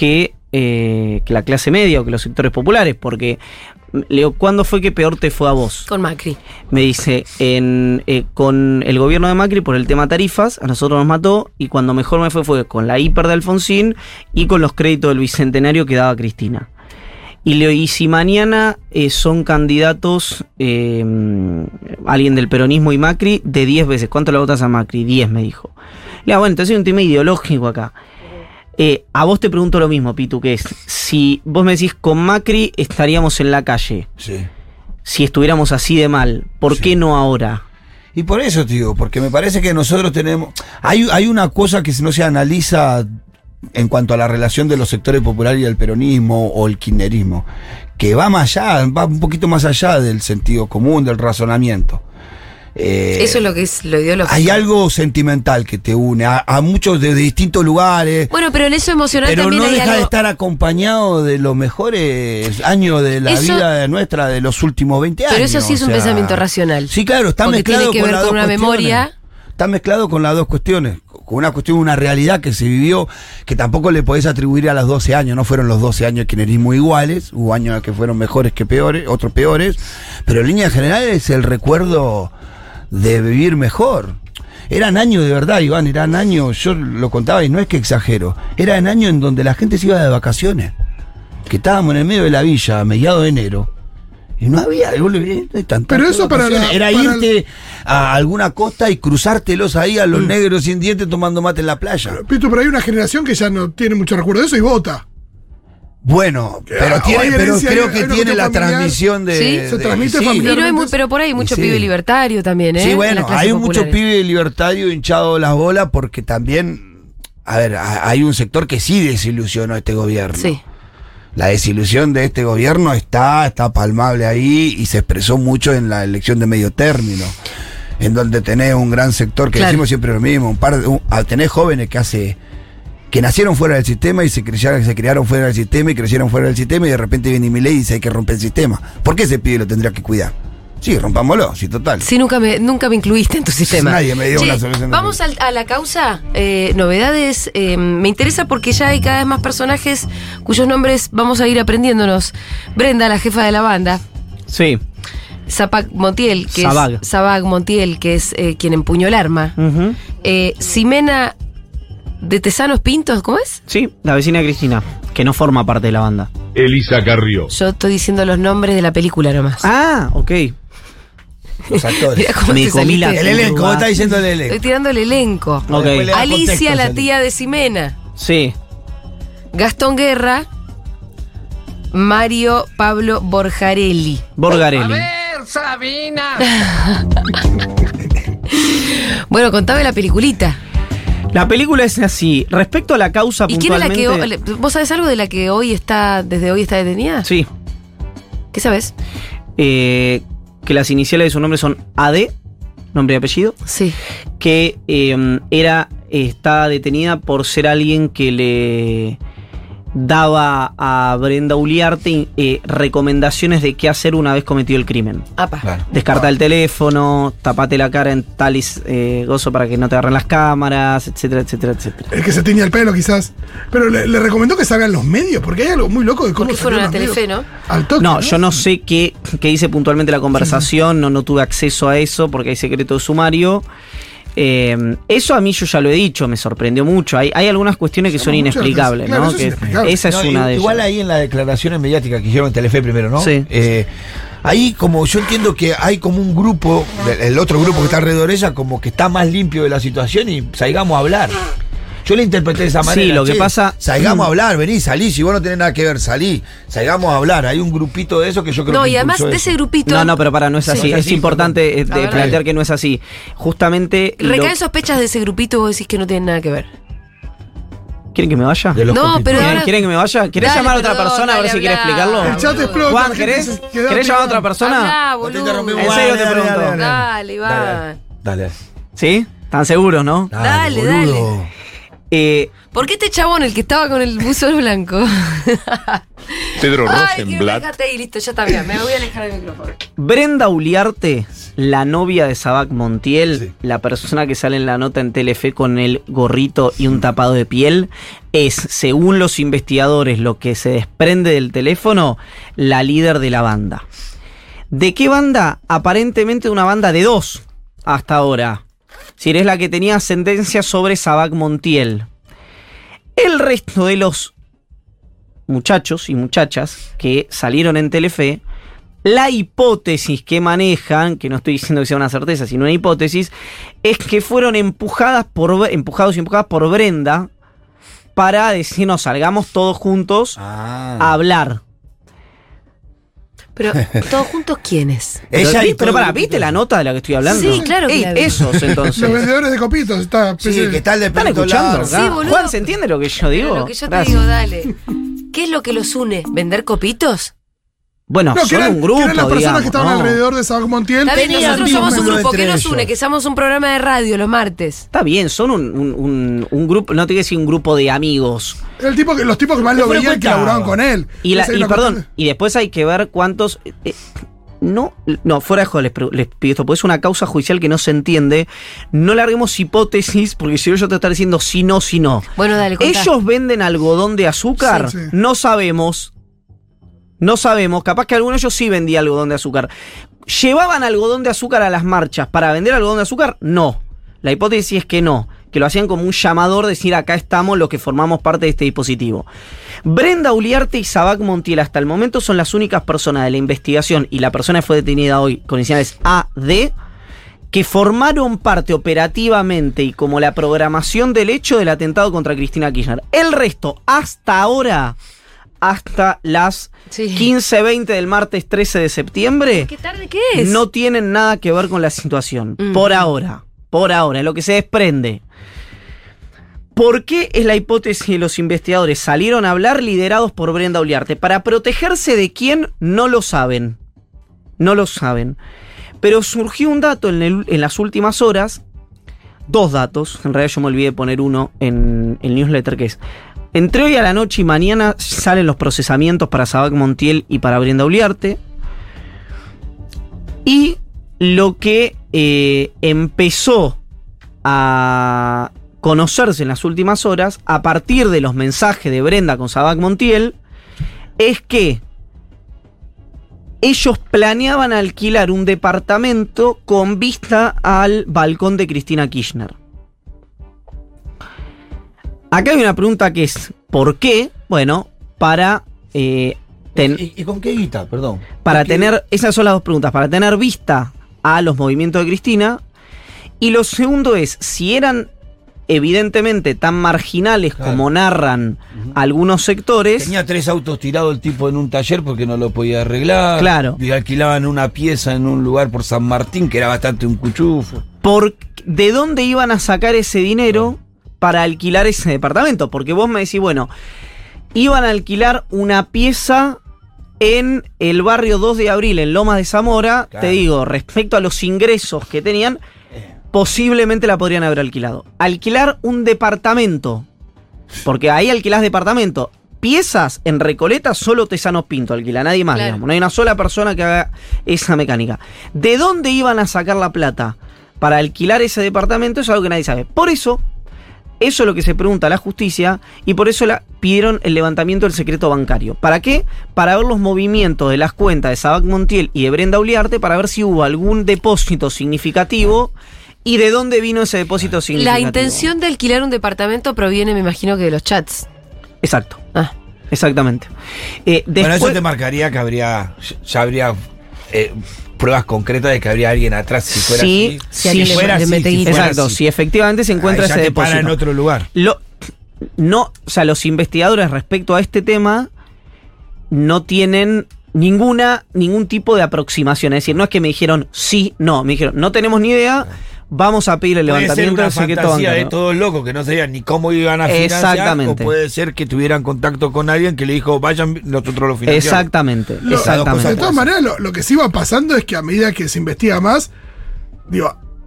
[SPEAKER 3] eh, que la clase media o que los sectores populares, porque le digo, ¿cuándo fue que peor te fue a vos?
[SPEAKER 2] Con Macri.
[SPEAKER 3] Me dice, en, eh, con el gobierno de Macri por el tema tarifas, a nosotros nos mató, y cuando mejor me fue fue con la hiper de Alfonsín y con los créditos del Bicentenario que daba Cristina. Y le y si mañana eh, son candidatos eh, alguien del peronismo y Macri, de diez veces, ¿cuánto le votas a Macri? diez, me dijo. Le digo, bueno, entonces hay un tema ideológico acá. Eh, a vos te pregunto lo mismo, Pitu, que es, si vos me decís con Macri estaríamos en la calle,
[SPEAKER 4] sí.
[SPEAKER 3] Si estuviéramos así de mal, ¿por sí. qué no ahora?
[SPEAKER 4] Y por eso, tío, porque me parece que nosotros tenemos... Hay, hay una cosa que si no se analiza en cuanto a la relación de los sectores populares y el peronismo o el kirchnerismo, que va más allá, va un poquito más allá del sentido común, del razonamiento. Eh,
[SPEAKER 2] Eso es lo que es lo ideológico.
[SPEAKER 4] Hay algo sentimental que te une a, a muchos de, de distintos lugares.
[SPEAKER 2] Bueno, pero en eso emocional
[SPEAKER 4] pero
[SPEAKER 2] también
[SPEAKER 4] no
[SPEAKER 2] hay
[SPEAKER 4] deja
[SPEAKER 2] algo...
[SPEAKER 4] de estar acompañado de los mejores años de la
[SPEAKER 2] eso...
[SPEAKER 4] vida nuestra de los últimos veinte años.
[SPEAKER 2] Pero eso sí es un
[SPEAKER 4] o sea...
[SPEAKER 2] pensamiento racional.
[SPEAKER 4] Sí, claro, está
[SPEAKER 2] porque
[SPEAKER 4] mezclado
[SPEAKER 2] tiene que
[SPEAKER 4] con
[SPEAKER 2] ver
[SPEAKER 4] las
[SPEAKER 2] con
[SPEAKER 4] dos
[SPEAKER 2] una memoria.
[SPEAKER 4] Está mezclado con las dos cuestiones. Con una cuestión, una realidad que se vivió, que tampoco le podés atribuir a los doce años. No fueron los doce años de kirchnerismo iguales. Hubo años que fueron mejores que peores, otros peores. Pero en líneas generales es el recuerdo de vivir mejor. Eran años de verdad, Iván, eran años, yo lo contaba y no es que exagero, eran años en donde la gente se iba de vacaciones, que estábamos en el medio de la villa a mediados de enero y no había,
[SPEAKER 5] pero eso para la,
[SPEAKER 4] era
[SPEAKER 5] para
[SPEAKER 4] irte el... a alguna costa y cruzártelos ahí a los mm. negros sin dientes tomando mate en la playa.
[SPEAKER 5] Pero, Pito, pero hay una generación que ya no tiene mucho recuerdo de eso y vota.
[SPEAKER 4] Bueno, pero, tiene, pero creo que tiene la familiar. transmisión de...
[SPEAKER 2] ¿Sí?
[SPEAKER 4] de
[SPEAKER 5] se transmite
[SPEAKER 4] sí.
[SPEAKER 5] familiarmente.
[SPEAKER 2] Y no hay muy, pero por ahí hay mucho sí. pibe libertario también, ¿eh?
[SPEAKER 4] Sí, bueno, hay mucho pibe libertario hinchado las bolas porque también, a ver, hay un sector que sí desilusionó a este gobierno.
[SPEAKER 2] Sí.
[SPEAKER 4] La desilusión de este gobierno está, está palmable ahí y se expresó mucho en la elección de medio término, en donde tenés un gran sector que claro. decimos siempre lo mismo, un par de, un, tenés jóvenes que hace... que nacieron fuera del sistema y se crearon, se criaron fuera del sistema y crecieron fuera del sistema y de repente viene Milei y dice hay que romper el sistema. ¿Por qué ese pibe lo tendría que cuidar? Sí, rompámoslo, sí, total.
[SPEAKER 2] Sí, nunca me, nunca me incluiste en tu sistema.
[SPEAKER 4] Nadie me dio
[SPEAKER 2] che,
[SPEAKER 4] una solución.
[SPEAKER 2] Vamos al, a la causa. Eh, novedades. Eh, me interesa porque ya hay cada vez más personajes cuyos nombres vamos a ir aprendiéndonos. Brenda, la jefa de la banda.
[SPEAKER 3] Sí.
[SPEAKER 2] Zapag Montiel, que
[SPEAKER 3] Sabag.
[SPEAKER 2] es Sabag Montiel, que es eh, quien empuñó el arma.
[SPEAKER 3] Uh-huh.
[SPEAKER 2] eh, Ximena de Tesanos Pintos, ¿cómo es?
[SPEAKER 3] Sí, la vecina de Cristina, que no forma parte de la banda.
[SPEAKER 14] Elisa Carrió.
[SPEAKER 2] Yo estoy diciendo los nombres de la película nomás.
[SPEAKER 3] Ah, ok.
[SPEAKER 4] Los actores.
[SPEAKER 3] Me comí la
[SPEAKER 4] el elenco, vos estás diciendo el elenco.
[SPEAKER 2] Estoy tirando el elenco.
[SPEAKER 3] Okay.
[SPEAKER 2] Alicia, la tía de Ximena.
[SPEAKER 3] Sí.
[SPEAKER 2] Gastón Guerra. Mario Pablo Borgarelli.
[SPEAKER 3] Borgarelli.
[SPEAKER 1] A ver, Sabina.
[SPEAKER 2] Bueno, contame la peliculita.
[SPEAKER 3] La película es así. Respecto a la causa
[SPEAKER 2] ¿Y
[SPEAKER 3] puntualmente...
[SPEAKER 2] quién es la que... ¿Vos sabés algo de la que hoy está... desde hoy está detenida?
[SPEAKER 3] Sí.
[SPEAKER 2] ¿Qué sabés?
[SPEAKER 3] Eh, que las iniciales de su nombre son A D, nombre y apellido.
[SPEAKER 2] Sí.
[SPEAKER 3] Que eh, era... está detenida por ser alguien que le daba a Brenda Uliarte eh, recomendaciones de qué hacer una vez cometido el crimen.
[SPEAKER 2] Apa. Claro.
[SPEAKER 3] Descarta el teléfono, tapate la cara en tal eh, gozo para que no te agarren las cámaras, etcétera, etcétera, etcétera.
[SPEAKER 5] El que se tiña el pelo quizás. Pero le, le recomendó que salgan los medios, porque hay algo muy loco de cómo
[SPEAKER 2] porque fueron a Telefe, ¿no?
[SPEAKER 5] Al toque,
[SPEAKER 3] no,
[SPEAKER 5] ¿no?
[SPEAKER 3] yo no sé qué, qué dice puntualmente la conversación, no, no tuve acceso a eso porque hay secreto de sumario. Eh, eso a mí yo ya lo he dicho, me sorprendió mucho. Hay, hay algunas cuestiones que son inexplicables,
[SPEAKER 5] claro,
[SPEAKER 3] ¿no?
[SPEAKER 5] Es
[SPEAKER 3] que
[SPEAKER 5] inexplicable.
[SPEAKER 3] Esa es
[SPEAKER 4] no,
[SPEAKER 3] una de ellas.
[SPEAKER 4] Igual ahí en las declaraciones mediáticas que hicieron en Telefe primero, ¿no?
[SPEAKER 3] Sí.
[SPEAKER 4] Eh, ahí como yo entiendo que hay como un grupo, el otro grupo que está alrededor de ella, como que está más limpio de la situación y salgamos a hablar. Yo le interpreté de esa manera.
[SPEAKER 3] Sí, lo que
[SPEAKER 4] che,
[SPEAKER 3] pasa...
[SPEAKER 4] Salgamos a hablar, vení, salí, si vos no tenés nada que ver, salí. Salgamos a hablar. Hay un grupito de eso que yo creo
[SPEAKER 2] no,
[SPEAKER 4] que
[SPEAKER 2] y además de
[SPEAKER 4] eso.
[SPEAKER 2] ese grupito...
[SPEAKER 3] No, no, pero para, no es así.
[SPEAKER 2] Sí.
[SPEAKER 3] Es importante eh, de
[SPEAKER 2] ver,
[SPEAKER 3] plantear que no es así. Justamente...
[SPEAKER 2] ¿Recaen
[SPEAKER 3] lo...
[SPEAKER 2] sospechas de ese grupito y vos decís que no tienen nada que ver?
[SPEAKER 3] ¿Quieren que me vaya?
[SPEAKER 2] No, pero
[SPEAKER 3] ¿Quieren,
[SPEAKER 2] ahora...
[SPEAKER 3] ¿Quieren que me vaya? ¿Querés
[SPEAKER 2] Dale,
[SPEAKER 3] llamar a otra
[SPEAKER 2] perdón,
[SPEAKER 3] persona a ver
[SPEAKER 2] dale,
[SPEAKER 3] si quiere
[SPEAKER 2] habla,
[SPEAKER 3] explicarlo?
[SPEAKER 5] El chat explota.
[SPEAKER 3] Juan, ¿querés? ¿Querés llamar a otra persona?
[SPEAKER 2] Hablá, boludo.
[SPEAKER 3] En serio te pregunto.
[SPEAKER 2] Dale, dale, Iván.
[SPEAKER 4] Dale.
[SPEAKER 3] ¿Sí? ¿Están seguros, no?
[SPEAKER 2] Dale, dale.
[SPEAKER 3] Eh,
[SPEAKER 2] ¿Por qué este chabón, el que estaba con el buzo blanco?
[SPEAKER 14] Pedro
[SPEAKER 2] Ay, que
[SPEAKER 14] Rosenblatt.
[SPEAKER 2] déjate ahí, listo, ya está bien. Me voy a alejar del micrófono.
[SPEAKER 3] Brenda Uliarte, la novia de Sabac Montiel, sí. La persona que sale en la nota en Telefe con el gorrito y un tapado de piel, es, según los investigadores, lo que se desprende del teléfono, la líder de la banda. ¿De qué banda? Aparentemente una banda de dos hasta ahora. Si eres la que tenía sentencia sobre Sabac Montiel. El resto de los muchachos y muchachas que salieron en Telefe, la hipótesis que manejan, que no estoy diciendo que sea una certeza, sino una hipótesis, es que fueron empujadas por, empujados y empujadas por Brenda para decirnos, salgamos todos juntos ah. a hablar.
[SPEAKER 2] Pero, ¿todos juntos quiénes?
[SPEAKER 3] Ella pero, pero para, ¿viste la nota de la que estoy hablando?
[SPEAKER 2] Sí, claro que
[SPEAKER 3] Ey,
[SPEAKER 2] la vi.
[SPEAKER 3] Esos, entonces.
[SPEAKER 5] Los vendedores de copitos. Está,
[SPEAKER 4] sí, que está el de
[SPEAKER 3] ¿Están escuchando?
[SPEAKER 2] Sí, boludo.
[SPEAKER 3] Juan, ¿se entiende lo que yo digo?
[SPEAKER 2] Pero lo que yo
[SPEAKER 3] Gracias.
[SPEAKER 2] te digo, dale. ¿Qué es lo que los une? ¿Vender copitos?
[SPEAKER 3] Bueno,
[SPEAKER 5] no,
[SPEAKER 3] son
[SPEAKER 5] eran,
[SPEAKER 3] un grupo,
[SPEAKER 5] eran las personas
[SPEAKER 3] digamos,
[SPEAKER 5] que estaban
[SPEAKER 3] no.
[SPEAKER 5] alrededor de Sabac Montiel.
[SPEAKER 2] Está bien, nosotros somos un grupo. ¿Qué nos
[SPEAKER 4] ellos.
[SPEAKER 2] une? Que somos un programa de radio los martes.
[SPEAKER 3] Está bien, son un, un, un, un grupo, no te quiero decir un grupo de amigos.
[SPEAKER 5] El tipo que, los tipos que más lo veían que laburaban con él.
[SPEAKER 3] Y, la,
[SPEAKER 5] Esa
[SPEAKER 3] y
[SPEAKER 5] la
[SPEAKER 3] perdón,
[SPEAKER 5] cuestión.
[SPEAKER 3] y después hay que ver cuántos... Eh, no, no, fuera de juego les, pre- les pido esto, porque es una causa judicial que no se entiende. No larguemos hipótesis, porque si yo, yo te estaré diciendo sí, no, sí, no.
[SPEAKER 2] Bueno, dale, contá.
[SPEAKER 3] Ellos venden algodón de azúcar,
[SPEAKER 5] Sí, sí.
[SPEAKER 3] no sabemos. No sabemos, capaz que alguno de ellos sí vendía algodón de azúcar. ¿Llevaban algodón de azúcar a las marchas para vender algodón de azúcar? No. La hipótesis es que no, que lo hacían como un llamador, decir acá estamos los que formamos parte de este dispositivo. Brenda Uliarte y Sabac Montiel hasta el momento son las únicas personas de la investigación, y la persona que fue detenida hoy con iniciales A D, que formaron parte operativamente y como la programación del hecho del atentado contra Cristina Kirchner. El resto, hasta ahora... hasta las sí. quince veinte del martes trece de septiembre.
[SPEAKER 2] ¿Qué tarde qué es?
[SPEAKER 3] No tienen nada que ver con la situación.
[SPEAKER 2] Mm.
[SPEAKER 3] Por ahora. Por ahora, es lo que se desprende. ¿Por qué es la hipótesis de los investigadores? Salieron a hablar liderados por Brenda Uliarte. ¿Para protegerse de quién? No lo saben. No lo saben. Pero surgió un dato en, el, en las últimas horas. Dos datos. En realidad yo me olvidé de poner uno en el newsletter, que es... Entre hoy a la noche y mañana salen los procesamientos para Sabac Montiel y para Brenda Uliarte. Y lo que eh, empezó a conocerse en las últimas horas, a partir de los mensajes de Brenda con Sabac Montiel, es que ellos planeaban alquilar un departamento con vista al balcón de Cristina Kirchner. Acá hay una pregunta que es, ¿por qué? Bueno, para... Eh, ten,
[SPEAKER 4] ¿Y, ¿Y con qué guita? Perdón.
[SPEAKER 3] Para tener, esas son las dos preguntas, para tener vista a los movimientos de Cristina. Y lo segundo es, si eran evidentemente tan marginales claro. como narran uh-huh. algunos sectores...
[SPEAKER 4] Tenía tres autos tirados el tipo en un taller porque no lo podía arreglar.
[SPEAKER 3] Claro.
[SPEAKER 4] Y alquilaban una pieza en un lugar por San Martín que era bastante un cuchufo.
[SPEAKER 3] Por, ¿de dónde iban a sacar ese dinero para alquilar ese departamento? Porque vos me decís, bueno, iban a alquilar una pieza en el barrio dos de abril, en Lomas de Zamora. Claro. Te digo, respecto a los ingresos que tenían, posiblemente la podrían haber alquilado. Alquilar un departamento, porque ahí alquilás departamento. Piezas en Recoleta solo Tesanos Pinto alquila, nadie más, claro. digamos. No hay una sola persona que haga esa mecánica. ¿De dónde iban a sacar la plata para alquilar ese departamento? Es algo que nadie sabe. Por eso... Eso es lo que se pregunta a la justicia, y por eso la pidieron el levantamiento del secreto bancario. ¿Para qué? Para ver los movimientos de las cuentas de Sabac Montiel y de Brenda Uliarte, para ver si hubo algún depósito significativo y de dónde vino ese depósito significativo.
[SPEAKER 2] La intención de alquilar un departamento proviene, me imagino, que de los chats.
[SPEAKER 3] Exacto.
[SPEAKER 2] Ah.
[SPEAKER 3] Exactamente. Eh, después...
[SPEAKER 4] Bueno, eso te marcaría que habría, ya habría... Eh, pruebas concretas de que habría alguien atrás si fuera
[SPEAKER 3] sí,
[SPEAKER 4] así.
[SPEAKER 3] Sí,
[SPEAKER 4] si fuera así, si fuera
[SPEAKER 3] exacto,
[SPEAKER 4] así.
[SPEAKER 3] si efectivamente se encuentra
[SPEAKER 4] Ahí ya
[SPEAKER 3] ese
[SPEAKER 4] te
[SPEAKER 3] depósito.
[SPEAKER 4] para en otro lugar.
[SPEAKER 3] Lo, no, o sea, los investigadores respecto a este tema no tienen ninguna ningún tipo de aproximación. Es decir, no es que me dijeron sí, no, me dijeron no tenemos ni idea, vamos a pedir el
[SPEAKER 4] puede
[SPEAKER 3] levantamiento del
[SPEAKER 4] ser una
[SPEAKER 3] secreto
[SPEAKER 4] fantasía
[SPEAKER 3] bancario.
[SPEAKER 4] de todos locos que no sabían ni cómo iban a financiar.
[SPEAKER 3] Exactamente.
[SPEAKER 4] O puede ser que tuvieran contacto con alguien que le dijo vayan, nosotros lo financiamos.
[SPEAKER 3] Exactamente,
[SPEAKER 5] Lo,
[SPEAKER 3] exactamente.
[SPEAKER 5] De todas maneras, lo, lo que sí va pasando es que a medida que se investiga más, digo,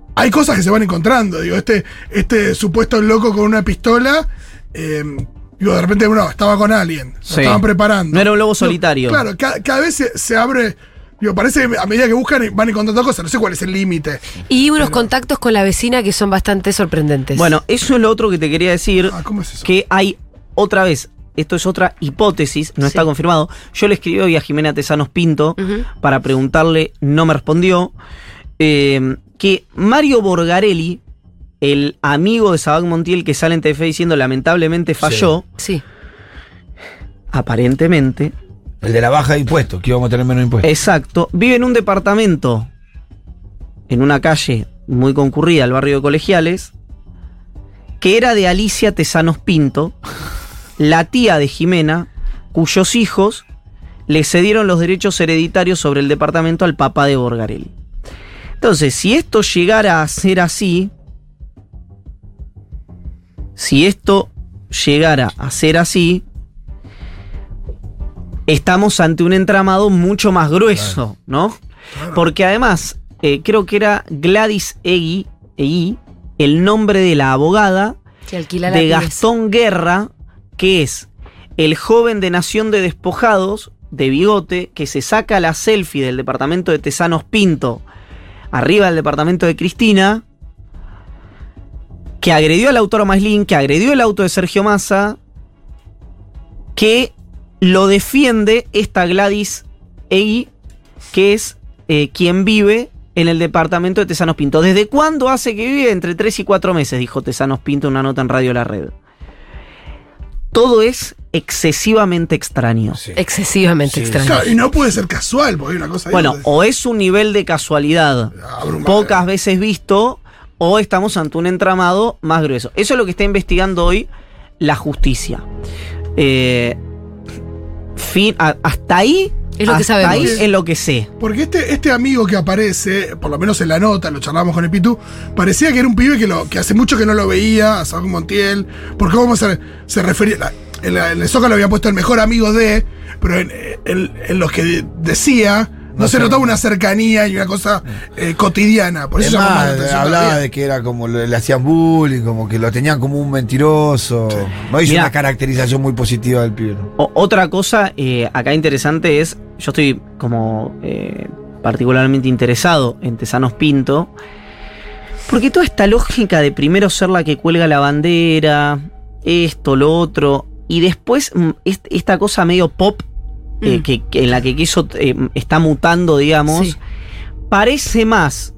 [SPEAKER 5] hay cosas que se van encontrando. Digo, este, este supuesto loco con una pistola, eh, digo, de repente, bueno, estaba con alguien, lo
[SPEAKER 3] Sí.
[SPEAKER 5] estaban preparando.
[SPEAKER 3] No era un lobo
[SPEAKER 5] Digo,
[SPEAKER 3] solitario.
[SPEAKER 5] claro, cada, cada vez se, se abre. Digo, parece que a medida que buscan van encontrando cosas, no sé cuál es el límite.
[SPEAKER 2] Y unos contactos con la vecina que son bastante sorprendentes.
[SPEAKER 3] Bueno, eso es lo otro que te quería decir.
[SPEAKER 5] Ah, ¿cómo es eso?
[SPEAKER 3] Que hay otra vez, esto es otra hipótesis, no
[SPEAKER 2] Sí.
[SPEAKER 3] está confirmado. Yo le escribí hoy a Jimena Tesanos Pinto
[SPEAKER 2] Ujú.
[SPEAKER 3] para preguntarle, no me respondió, eh, que Mario Borgarelli, el amigo de Sabac Montiel que sale en Telefe diciendo lamentablemente falló,
[SPEAKER 2] Sí.
[SPEAKER 3] aparentemente,
[SPEAKER 4] El de la baja de impuestos, que íbamos a tener menos impuestos.
[SPEAKER 3] exacto, vive en un departamento, en una calle muy concurrida, el barrio de Colegiales, que era de Alicia Tesanos Pinto, la tía de Jimena, cuyos hijos le cedieron los derechos hereditarios sobre el departamento al papá de Borgarelli. Entonces, si esto llegara a ser así, si esto llegara a ser así, estamos ante un entramado mucho más grueso, ¿no? Porque además, eh, creo que era Gladys Egui, Egui, el nombre de la abogada
[SPEAKER 2] Que alquila la
[SPEAKER 3] de
[SPEAKER 2] pieza.
[SPEAKER 3] Gastón Guerra, que es el joven de Nación de Despojados, de bigote, que se saca la selfie del departamento de Tesanos Pinto, arriba del departamento de Cristina, que agredió al autor Maislin, que agredió el auto de Sergio Massa, que lo defiende esta Gladys Egui, que es eh, quien vive en el departamento de Tesanos Pinto. ¿Desde cuándo hace que vive? Entre tres y cuatro meses, dijo Tesanos Pinto en una nota en Radio La Red. Todo es excesivamente extraño.
[SPEAKER 2] Excesivamente extraño.
[SPEAKER 5] Claro, y no puede ser casual, porque hay una cosa ahí
[SPEAKER 3] Bueno,
[SPEAKER 5] donde-
[SPEAKER 3] o es un nivel de casualidad pocas veces visto, o estamos ante un entramado más grueso. Eso es lo que está investigando hoy la justicia. Eh, fin, a- hasta ahí,
[SPEAKER 2] Es lo que
[SPEAKER 3] hasta
[SPEAKER 2] sabemos.
[SPEAKER 3] ahí es lo que sé.
[SPEAKER 5] Porque este, este amigo que aparece, por lo menos en la nota, lo charlamos con el Pitu, parecía que era un pibe que, lo, que hace mucho que no lo veía, a Sabac Montiel, porque cómo se, se refería, la- en, la- en el Zócalo había puesto el mejor amigo de, pero en, en- en los que de- decía, no,
[SPEAKER 4] No
[SPEAKER 5] se
[SPEAKER 4] sé.
[SPEAKER 5] notaba una cercanía y una cosa eh, cotidiana. Por eso
[SPEAKER 4] Es
[SPEAKER 5] llamó
[SPEAKER 4] más,
[SPEAKER 5] la atención
[SPEAKER 4] hablaba
[SPEAKER 5] todavía.
[SPEAKER 4] de que era como le, le hacían bullying, como que lo tenían como un mentiroso. No hizo
[SPEAKER 3] Mirá.
[SPEAKER 4] una caracterización muy positiva del pibe. ¿no?
[SPEAKER 3] O- otra cosa eh, acá interesante es, yo estoy como eh, particularmente interesado en Tesanos Pinto, porque toda esta lógica de primero ser la que cuelga la bandera, esto, lo otro, y después mm, est- esta cosa medio pop eh,
[SPEAKER 2] Mm.
[SPEAKER 3] que, que en la que quiso, eh, está mutando, digamos,
[SPEAKER 2] Sí.
[SPEAKER 3] parece más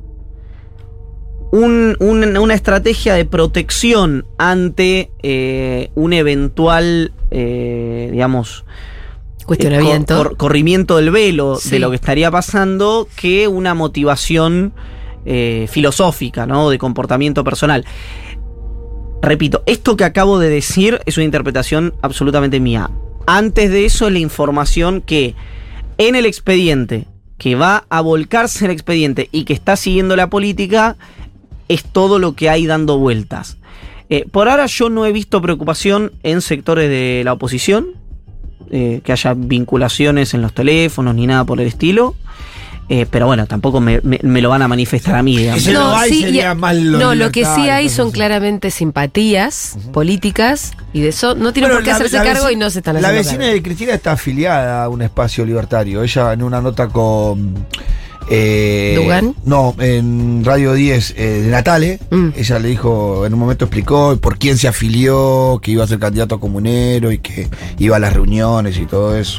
[SPEAKER 3] un- un- una estrategia de protección ante eh, un eventual, eh, digamos,
[SPEAKER 2] Cuestionamiento.
[SPEAKER 3] eh, cor- cor- corrimiento del velo
[SPEAKER 2] Sí.
[SPEAKER 3] de lo que estaría pasando, que una motivación eh, filosófica, ¿no? De comportamiento personal. Repito, esto que acabo de decir es una interpretación absolutamente mía. Antes de eso es la información que en el expediente, que va a volcarse el expediente y que está siguiendo la política, es todo lo que hay dando vueltas. Eh, por ahora yo no he visto preocupación en sectores de la oposición, eh, que haya vinculaciones en los teléfonos ni nada por el estilo. Eh, pero bueno, tampoco me, me- me lo van a manifestar a mí, digamos.
[SPEAKER 4] Ese no hay,
[SPEAKER 2] sí,
[SPEAKER 4] sería
[SPEAKER 2] y-
[SPEAKER 4] más los
[SPEAKER 2] no, lo que sí
[SPEAKER 4] libertarios,
[SPEAKER 2] hay
[SPEAKER 4] cosas
[SPEAKER 2] son
[SPEAKER 4] así.
[SPEAKER 2] claramente simpatías políticas y de eso no tienen
[SPEAKER 4] Bueno,
[SPEAKER 2] por qué
[SPEAKER 4] la-
[SPEAKER 2] hacerse
[SPEAKER 4] la
[SPEAKER 2] cargo
[SPEAKER 4] veci-
[SPEAKER 2] y no se están
[SPEAKER 4] La
[SPEAKER 2] haciendo
[SPEAKER 4] vecina
[SPEAKER 2] cargo.
[SPEAKER 4] de Cristina está afiliada a un espacio libertario. Ella en una nota con. Eh,
[SPEAKER 2] ¿Dugan?
[SPEAKER 4] No, en Radio diez eh, de Natale,
[SPEAKER 2] Mm.
[SPEAKER 4] ella le dijo, en un momento explicó por quién se afilió, que iba a ser candidato a comunero y que iba a las reuniones y todo eso.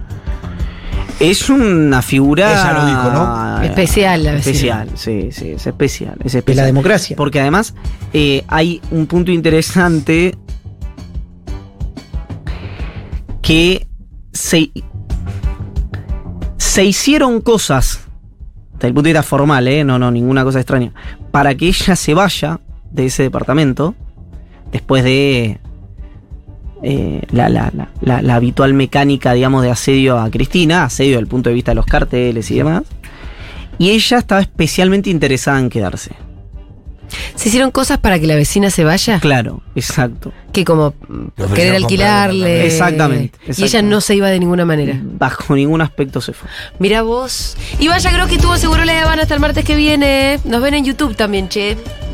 [SPEAKER 3] Es una figura.
[SPEAKER 4] Ella lo dijo, ¿no?
[SPEAKER 2] Especial, la vecina.
[SPEAKER 3] Especial, sí, sí, es especial. Es especial.
[SPEAKER 1] la democracia.
[SPEAKER 3] Porque además eh, hay un punto interesante que se, se hicieron cosas, desde el punto de vista formal, eh, no, no, ninguna cosa extraña, para que ella se vaya de ese departamento después de eh, la, la, la, la, la habitual mecánica, digamos, de asedio a Cristina, asedio desde el punto de vista de los carteles y demás. Y ella estaba especialmente interesada en quedarse.
[SPEAKER 2] ¿Se hicieron cosas para que la vecina se vaya?
[SPEAKER 3] Claro, exacto.
[SPEAKER 2] Que como querer alquilarle.
[SPEAKER 3] Exactamente, exactamente.
[SPEAKER 2] Y ella no se iba de ninguna manera.
[SPEAKER 3] Bajo ningún aspecto se fue.
[SPEAKER 2] Mira vos. Y vaya, creo que tuvo seguro la Habana hasta el martes que viene. Nos ven en YouTube también, che.